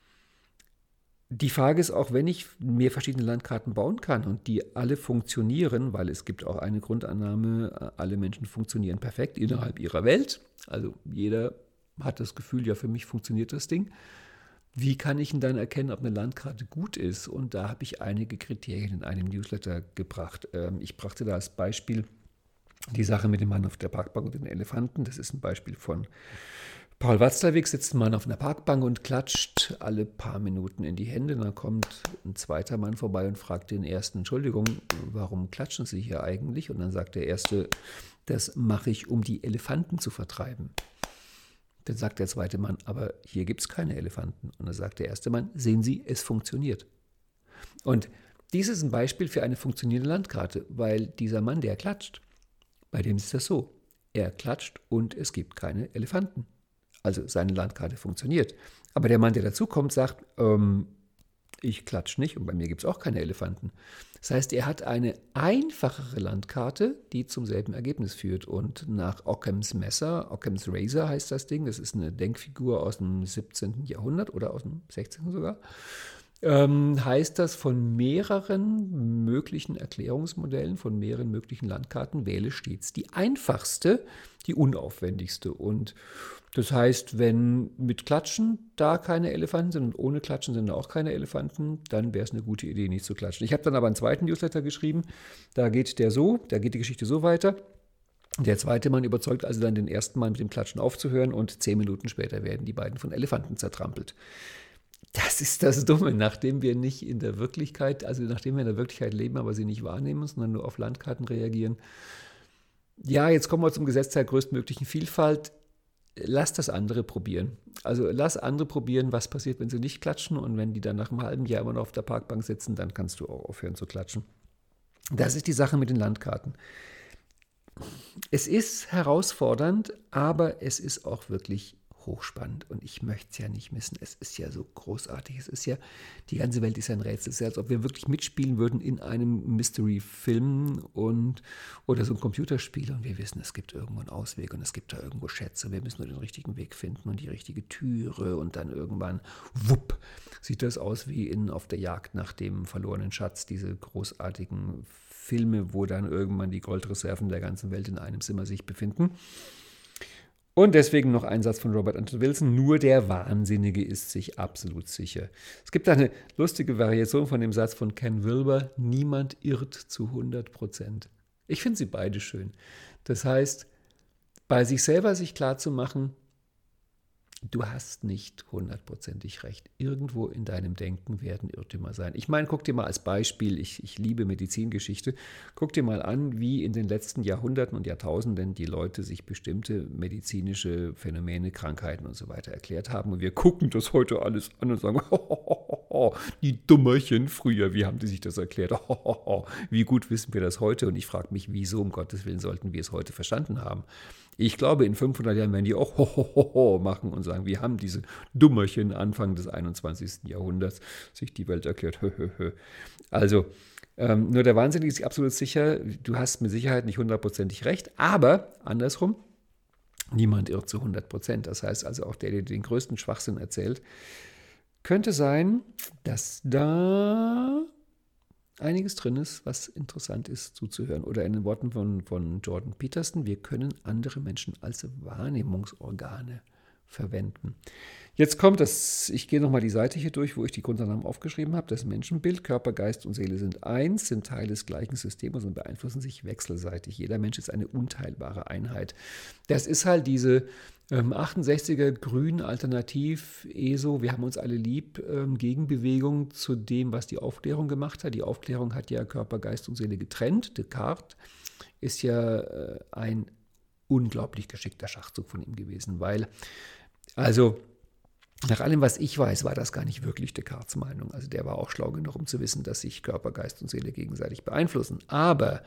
die Frage ist auch, wenn ich mir verschiedene Landkarten bauen kann und die alle funktionieren, weil es gibt auch eine Grundannahme, alle Menschen funktionieren perfekt innerhalb ihrer Welt. Also jeder hat das Gefühl, ja, für mich funktioniert das Ding. Wie kann ich denn dann erkennen, ob eine Landkarte gut ist? Und da habe ich einige Kriterien in einem Newsletter gebracht. Ich brachte da als Beispiel die Sache mit dem Mann auf der Parkbank und den Elefanten. Das ist ein Beispiel von Paul Watzlawick. Sitzt ein Mann auf einer Parkbank und klatscht alle paar Minuten in die Hände. Dann kommt ein zweiter Mann vorbei und fragt den ersten, Entschuldigung, warum klatschen Sie hier eigentlich? Und dann sagt der erste, das mache ich, um die Elefanten zu vertreiben. Dann sagt der zweite Mann, aber hier gibt es keine Elefanten. Und dann sagt der erste Mann, sehen Sie, es funktioniert. Und dies ist ein Beispiel für eine funktionierende Landkarte, weil dieser Mann, der klatscht, bei dem ist das so. Er klatscht und es gibt keine Elefanten. Also seine Landkarte funktioniert. Aber der Mann, der dazukommt, sagt, ähm, ich klatsche nicht und bei mir gibt es auch keine Elefanten. Das heißt, er hat eine einfachere Landkarte, die zum selben Ergebnis führt. Und nach Occams Messer, Occams Razor heißt das Ding, das ist eine Denkfigur aus dem siebzehnten Jahrhundert oder aus dem sechzehnten sogar, ähm, heißt das von mehreren möglichen Erklärungsmodellen, von mehreren möglichen Landkarten, wähle stets die einfachste, die unaufwendigste. Und das heißt, wenn mit Klatschen da keine Elefanten sind und ohne Klatschen sind da auch keine Elefanten, dann wäre es eine gute Idee, nicht zu klatschen. Ich habe dann aber einen zweiten Newsletter geschrieben, da geht der so, da geht die Geschichte so weiter. Der zweite Mann überzeugt also dann den ersten Mann mit dem Klatschen aufzuhören und zehn Minuten später werden die beiden von Elefanten zertrampelt. Das ist das Dumme, nachdem wir nicht in der Wirklichkeit, also nachdem wir in der Wirklichkeit leben, aber sie nicht wahrnehmen, sondern nur auf Landkarten reagieren. Ja, jetzt kommen wir zum Gesetz der größtmöglichen Vielfalt. Lass das andere probieren. Also lass andere probieren, was passiert, wenn sie nicht klatschen, und wenn die dann nach einem halben Jahr immer noch auf der Parkbank sitzen, dann kannst du auch aufhören zu klatschen. Das ist die Sache mit den Landkarten. Es ist herausfordernd, aber es ist auch wirklich hochspannend und ich möchte es ja nicht missen. Es ist ja so großartig. Es ist ja, die ganze Welt ist ja ein Rätsel. Es ist ja, als ob wir wirklich mitspielen würden in einem Mystery-Film und, oder so ein Computerspiel und wir wissen, es gibt irgendwo einen Ausweg und es gibt da irgendwo Schätze. Wir müssen nur den richtigen Weg finden und die richtige Türe und dann irgendwann, wupp, sieht das aus wie in Auf der Jagd nach dem verlorenen Schatz, diese großartigen Filme, wo dann irgendwann die Goldreserven der ganzen Welt in einem Zimmer sich befinden. Und deswegen noch ein Satz von Robert Anton Wilson: Nur der Wahnsinnige ist sich absolut sicher. Es gibt eine lustige Variation von dem Satz von Ken Wilber: Niemand irrt zu hundert Prozent. Ich finde sie beide schön. Das heißt, bei sich selber sich klarzumachen, du hast nicht hundertprozentig recht. Irgendwo in deinem Denken werden Irrtümer sein. Ich meine, guck dir mal als Beispiel, ich, ich liebe Medizingeschichte, guck dir mal an, wie in den letzten Jahrhunderten und Jahrtausenden die Leute sich bestimmte medizinische Phänomene, Krankheiten und so weiter erklärt haben. Und wir gucken das heute alles an und sagen, die Dummerchen früher, wie haben die sich das erklärt? Wie gut wissen wir das heute? Und ich frage mich, wieso um Gottes Willen sollten wir es heute verstanden haben? Ich glaube, in fünfhundert Jahren werden die auch ho, ho, ho, ho machen und sagen, wir haben diese Dummerchen Anfang des einundzwanzigsten Jahrhunderts sich die Welt erklärt. Also, ähm, nur der Wahnsinnige ist absolut sicher, du hast mit Sicherheit nicht hundertprozentig recht, aber andersrum, niemand irrt zu hundert Prozent. Das heißt also, auch der, der den größten Schwachsinn erzählt, könnte sein, dass da einiges drin ist, was interessant ist zuzuhören. Oder in den Worten von, von Jordan Peterson: Wir können andere Menschen als Wahrnehmungsorgane verwenden. Jetzt kommt das, ich gehe nochmal die Seite hier durch, wo ich die Grundannahmen aufgeschrieben habe. Das Menschenbild, Körper, Geist und Seele sind eins, sind Teil des gleichen Systems und beeinflussen sich wechselseitig. Jeder Mensch ist eine unteilbare Einheit. Das ist halt diese ähm, achtundsechziger Grün Alternativ E S O, wir haben uns alle lieb, ähm, Gegenbewegung zu dem, was die Aufklärung gemacht hat. Die Aufklärung hat ja Körper, Geist und Seele getrennt. Descartes ist ja äh, ein unglaublich geschickter Schachzug von ihm gewesen, weil, also nach allem, was ich weiß, war das gar nicht wirklich Descartes' Meinung. Also der war auch schlau genug, um zu wissen, dass sich Körper, Geist und Seele gegenseitig beeinflussen. Aber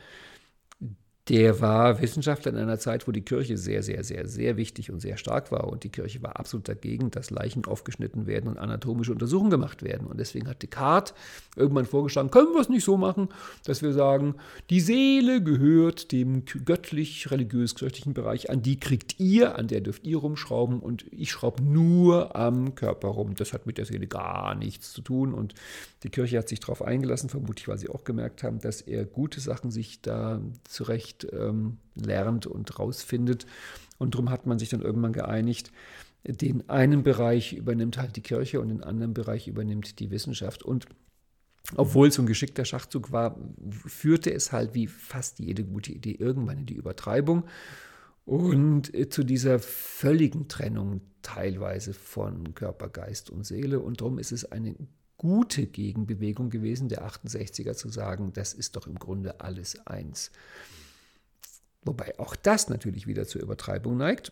der war Wissenschaftler in einer Zeit, wo die Kirche sehr, sehr, sehr, sehr wichtig und sehr stark war. Und die Kirche war absolut dagegen, dass Leichen aufgeschnitten werden und anatomische Untersuchungen gemacht werden. Und deswegen hat Descartes irgendwann vorgeschlagen, können wir es nicht so machen, dass wir sagen, die Seele gehört dem göttlich-religiös-kirchlichen Bereich an, die kriegt ihr, an der dürft ihr rumschrauben und ich schraube nur am Körper rum. Das hat mit der Seele gar nichts zu tun. Und die Kirche hat sich darauf eingelassen, vermutlich, weil sie auch gemerkt haben, dass er gute Sachen sich da zurecht ähm, lernt und rausfindet. Und darum hat man sich dann irgendwann geeinigt, den einen Bereich übernimmt halt die Kirche und den anderen Bereich übernimmt die Wissenschaft. Und obwohl es so ein geschickter Schachzug war, führte es halt wie fast jede gute Idee irgendwann in die Übertreibung und äh, zu dieser völligen Trennung teilweise von Körper, Geist und Seele. Und darum ist es eine gute Gegenbewegung gewesen, der achtundsechziger, zu sagen, das ist doch im Grunde alles eins. Wobei auch das natürlich wieder zur Übertreibung neigt.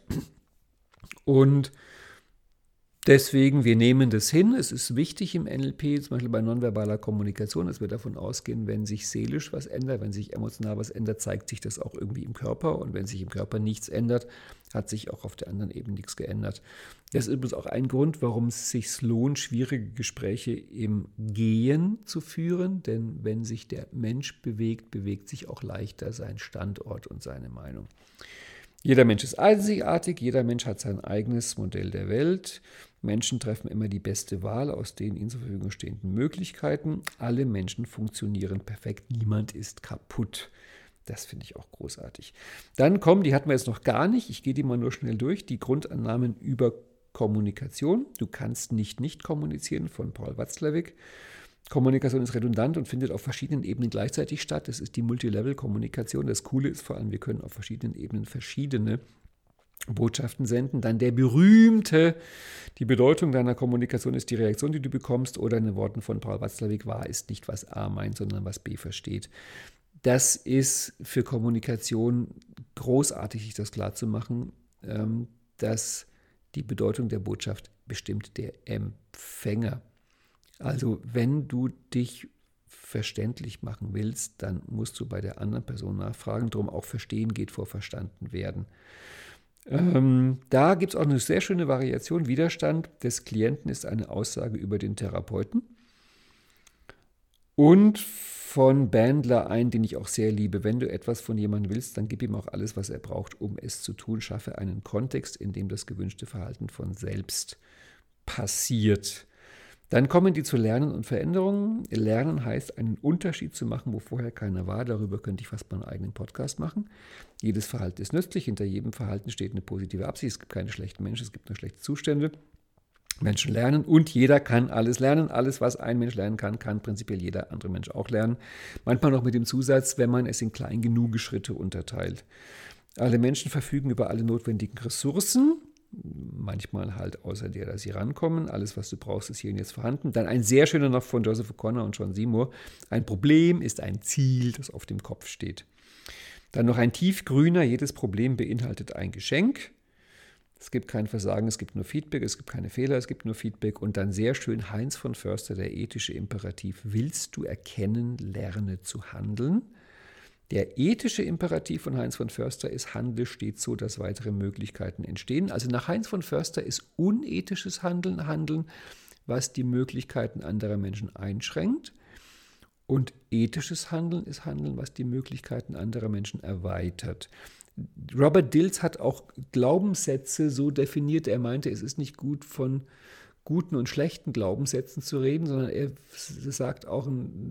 Und deswegen, wir nehmen das hin. Es ist wichtig im N L P, zum Beispiel bei nonverbaler Kommunikation, dass wir davon ausgehen, wenn sich seelisch was ändert, wenn sich emotional was ändert, zeigt sich das auch irgendwie im Körper. Und wenn sich im Körper nichts ändert, hat sich auch auf der anderen Ebene nichts geändert. Das ist übrigens auch ein Grund, warum es sich lohnt, schwierige Gespräche im Gehen zu führen. Denn wenn sich der Mensch bewegt, bewegt sich auch leichter sein Standort und seine Meinung. Jeder Mensch ist einzigartig, jeder Mensch hat sein eigenes Modell der Welt. Menschen treffen immer die beste Wahl aus den ihnen zur Verfügung stehenden Möglichkeiten. Alle Menschen funktionieren perfekt, niemand ist kaputt. Das finde ich auch großartig. Dann kommen, die hatten wir jetzt noch gar nicht, ich gehe die mal nur schnell durch, die Grundannahmen über Kommunikation. Du kannst nicht nicht kommunizieren von Paul Watzlawick. Kommunikation ist redundant und findet auf verschiedenen Ebenen gleichzeitig statt. Das ist die Multilevel-Kommunikation. Das Coole ist vor allem, wir können auf verschiedenen Ebenen verschiedene Botschaften senden. Dann der berühmte, die Bedeutung deiner Kommunikation ist die Reaktion, die du bekommst, oder in den Worten von Paul Watzlawick, wahr ist nicht, was A meint, sondern was B versteht. Das ist für Kommunikation großartig, sich das klarzumachen, dass die Bedeutung der Botschaft bestimmt der Empfänger. Also wenn du dich verständlich machen willst, dann musst du bei der anderen Person nachfragen. Darum auch verstehen geht vor verstanden werden. Ähm, da gibt es auch eine sehr schöne Variation. Widerstand des Klienten ist eine Aussage über den Therapeuten. Und von Bandler ein, den ich auch sehr liebe. Wenn du etwas von jemandem willst, dann gib ihm auch alles, was er braucht, um es zu tun. Schaffe einen Kontext, in dem das gewünschte Verhalten von selbst passiert. Dann kommen die zu Lernen und Veränderungen. Lernen heißt, einen Unterschied zu machen, wo vorher keiner war. Darüber könnte ich fast meinen eigenen Podcast machen. Jedes Verhalten ist nützlich. Hinter jedem Verhalten steht eine positive Absicht. Es gibt keine schlechten Menschen, es gibt nur schlechte Zustände. Menschen lernen und jeder kann alles lernen. Alles, was ein Mensch lernen kann, kann prinzipiell jeder andere Mensch auch lernen. Manchmal noch mit dem Zusatz, wenn man es in klein genug Schritte unterteilt. Alle Menschen verfügen über alle notwendigen Ressourcen. Manchmal halt außer der, dass sie rankommen. Alles, was du brauchst, ist hier und jetzt vorhanden. Dann ein sehr schöner noch von Joseph O'Connor und John Seymour. Ein Problem ist ein Ziel, das auf dem Kopf steht. Dann noch ein tiefgrüner. Jedes Problem beinhaltet ein Geschenk. Es gibt kein Versagen, es gibt nur Feedback, es gibt keine Fehler, es gibt nur Feedback. Und dann sehr schön Heinz von Förster, der ethische Imperativ. Willst du erkennen, lerne zu handeln? Der ethische Imperativ von Heinz von Förster ist, handle stets so, dass weitere Möglichkeiten entstehen. Also nach Heinz von Förster ist unethisches Handeln Handeln, was die Möglichkeiten anderer Menschen einschränkt. Und ethisches Handeln ist Handeln, was die Möglichkeiten anderer Menschen erweitert. Robert Dills hat auch Glaubenssätze so definiert. Er meinte, es ist nicht gut, von guten und schlechten Glaubenssätzen zu reden, sondern er sagt auch,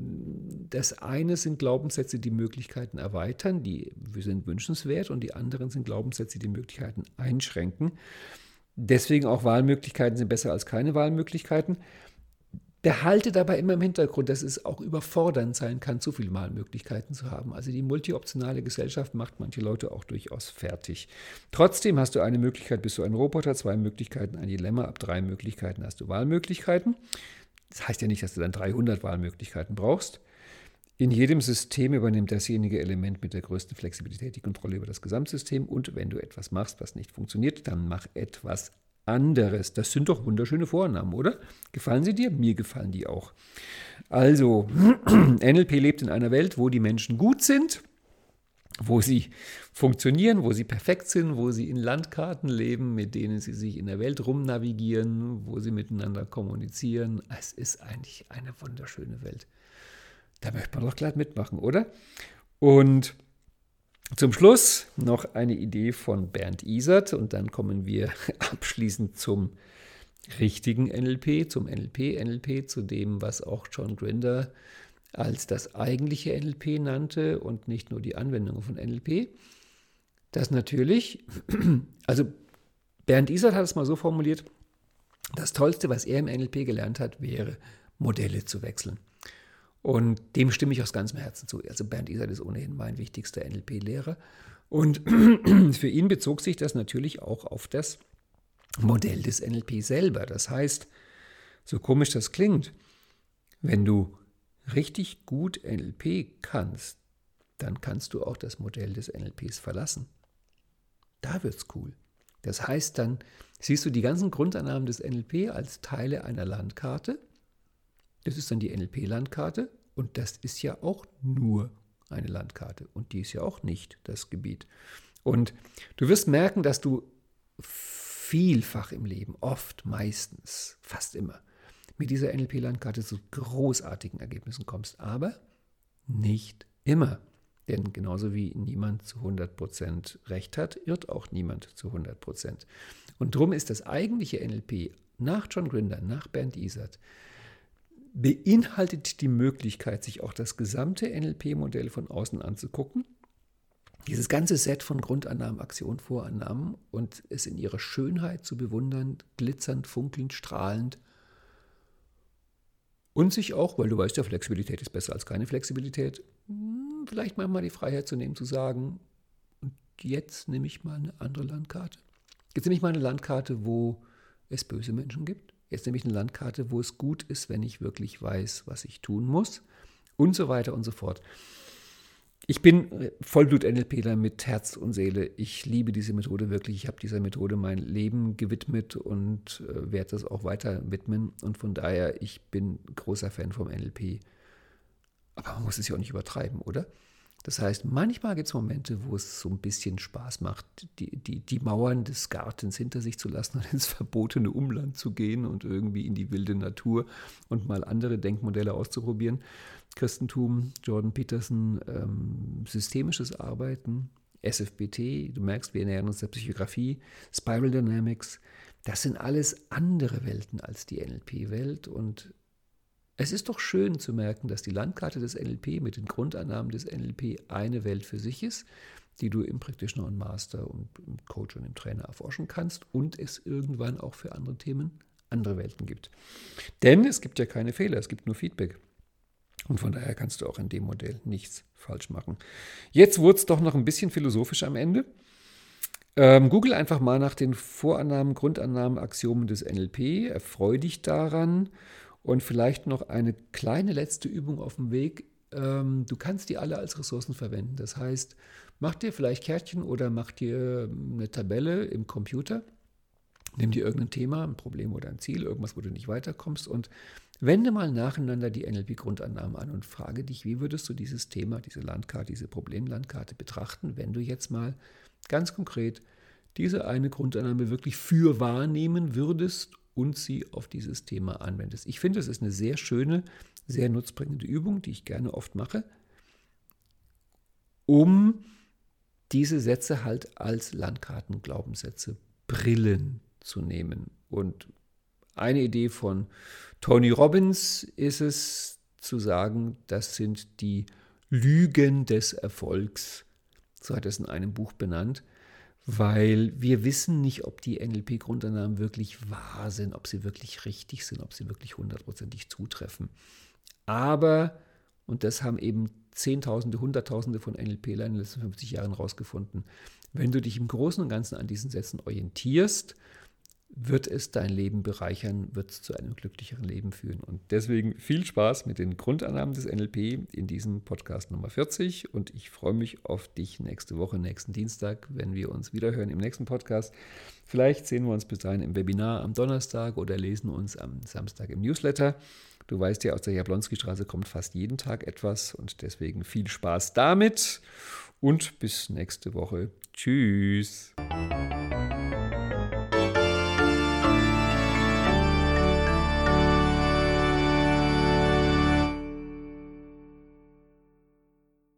das eine sind Glaubenssätze, die Möglichkeiten erweitern, die sind wünschenswert, und die anderen sind Glaubenssätze, die Möglichkeiten einschränken. Deswegen auch Wahlmöglichkeiten sind besser als keine Wahlmöglichkeiten. Behalte dabei immer im Hintergrund, dass es auch überfordernd sein kann, zu viele Wahlmöglichkeiten zu haben. Also die multioptionale Gesellschaft macht manche Leute auch durchaus fertig. Trotzdem hast du eine Möglichkeit, bist du ein Roboter, zwei Möglichkeiten, ein Dilemma, ab drei Möglichkeiten hast du Wahlmöglichkeiten. Das heißt ja nicht, dass du dann dreihundert Wahlmöglichkeiten brauchst. In jedem System übernimmt dasjenige Element mit der größten Flexibilität die Kontrolle über das Gesamtsystem, und wenn du etwas machst, was nicht funktioniert, dann mach etwas anderes. Das sind doch wunderschöne Vornamen, oder? Gefallen sie dir? Mir gefallen die auch. Also, N L P lebt in einer Welt, wo die Menschen gut sind, wo sie funktionieren, wo sie perfekt sind, wo sie in Landkarten leben, mit denen sie sich in der Welt rumnavigieren, wo sie miteinander kommunizieren. Es ist eigentlich eine wunderschöne Welt. Da möchte man doch glatt mitmachen, oder? Und zum Schluss noch eine Idee von Bernd Isert, und dann kommen wir abschließend zum richtigen N L P, zum N L P, N L P, zu dem, was auch John Grinder als das eigentliche N L P nannte und nicht nur die Anwendung von N L P. Das natürlich, also Bernd Isert hat es mal so formuliert, das Tollste, was er im N L P gelernt hat, wäre, Modelle zu wechseln. Und dem stimme ich aus ganzem Herzen zu. Also Bernd Isert ist ohnehin mein wichtigster N L P-Lehrer. Und für ihn bezog sich das natürlich auch auf das Modell des N L P selber. Das heißt, so komisch das klingt, wenn du richtig gut N L P kannst, dann kannst du auch das Modell des N L Ps verlassen. Da wird's cool. Das heißt, dann siehst du die ganzen Grundannahmen des N L P als Teile einer Landkarte. Das ist dann die N L P-Landkarte, und das ist ja auch nur eine Landkarte, und die ist ja auch nicht das Gebiet. Und du wirst merken, dass du vielfach im Leben, oft, meistens, fast immer, mit dieser N L P-Landkarte zu großartigen Ergebnissen kommst, aber nicht immer. Denn genauso wie niemand zu hundert Prozent Recht hat, irrt auch niemand zu hundert Prozent. Und darum ist das eigentliche N L P nach John Grinder, nach Bernd Isert, beinhaltet die Möglichkeit, sich auch das gesamte N L P-Modell von außen anzugucken. Dieses ganze Set von Grundannahmen, Aktionen, Vorannahmen und es in ihrer Schönheit zu bewundern, glitzernd, funkelnd, strahlend. Und sich auch, weil du weißt ja, Flexibilität ist besser als keine Flexibilität, vielleicht manchmal die Freiheit zu nehmen, zu sagen, und jetzt nehme ich mal eine andere Landkarte. Jetzt nehme ich mal eine Landkarte, wo es böse Menschen gibt. Jetzt nehme ich eine Landkarte, wo es gut ist, wenn ich wirklich weiß, was ich tun muss. Und so weiter und so fort. Ich bin Vollblut-N L Pler mit Herz und Seele. Ich liebe diese Methode wirklich. Ich habe dieser Methode mein Leben gewidmet und äh, werde das auch weiter widmen. Und von daher, ich bin großer Fan vom N L P. Aber man muss es ja auch nicht übertreiben, oder? Das heißt, manchmal gibt es Momente, wo es so ein bisschen Spaß macht, die, die, die Mauern des Gartens hinter sich zu lassen und ins verbotene Umland zu gehen und irgendwie in die wilde Natur und mal andere Denkmodelle auszuprobieren. Christentum, Jordan Peterson, ähm, systemisches Arbeiten, S F B T, du merkst, wir nähern uns der Psychografie, Spiral Dynamics, das sind alles andere Welten als die N L P-Welt und es ist doch schön zu merken, dass die Landkarte des N L P mit den Grundannahmen des N L P eine Welt für sich ist, die du im Practitioner und Master und im Coach und im Trainer erforschen kannst und es irgendwann auch für andere Themen andere Welten gibt. Denn es gibt ja keine Fehler, es gibt nur Feedback. Und von daher kannst du auch in dem Modell nichts falsch machen. Jetzt wurde es doch noch ein bisschen philosophisch am Ende. Ähm, Google einfach mal nach den Vorannahmen, Grundannahmen, Axiomen des N L P. Erfreu dich daran. Und vielleicht noch eine kleine letzte Übung auf dem Weg. Ähm, du kannst die alle als Ressourcen verwenden. Das heißt, mach dir vielleicht Kärtchen oder mach dir eine Tabelle im Computer. Nimm dir irgendein Thema, ein Problem oder ein Ziel, irgendwas, wo du nicht weiterkommst und wende mal nacheinander die N L P-Grundannahmen an und frage dich, wie würdest du dieses Thema, diese Landkarte, diese Problemlandkarte betrachten, wenn du jetzt mal ganz konkret diese eine Grundannahme wirklich für wahrnehmen würdest und sie auf dieses Thema anwendest. Ich finde, es ist eine sehr schöne, sehr nutzbringende Übung, die ich gerne oft mache, um diese Sätze halt als Landkarten, Glaubenssätze, Brillen zu nehmen. Und eine Idee von Tony Robbins ist es, zu sagen, das sind die Lügen des Erfolgs. So hat er es in einem Buch benannt, weil wir wissen nicht, ob die N L P-Grundannahmen wirklich wahr sind, ob sie wirklich richtig sind, ob sie wirklich hundertprozentig zutreffen. Aber, und das haben eben Zehntausende, Hunderttausende von N L P-Lern in den letzten fünfzig Jahren rausgefunden, wenn du dich im Großen und Ganzen an diesen Sätzen orientierst, wird es dein Leben bereichern, wird es zu einem glücklicheren Leben führen. Und deswegen viel Spaß mit den Grundannahmen des N L P in diesem Podcast Nummer vierzig. Und ich freue mich auf dich nächste Woche, nächsten Dienstag, wenn wir uns wiederhören im nächsten Podcast. Vielleicht sehen wir uns bis dahin im Webinar am Donnerstag oder lesen uns am Samstag im Newsletter. Du weißt ja, aus der Jablonski-Straße kommt fast jeden Tag etwas und deswegen viel Spaß damit und bis nächste Woche. Tschüss.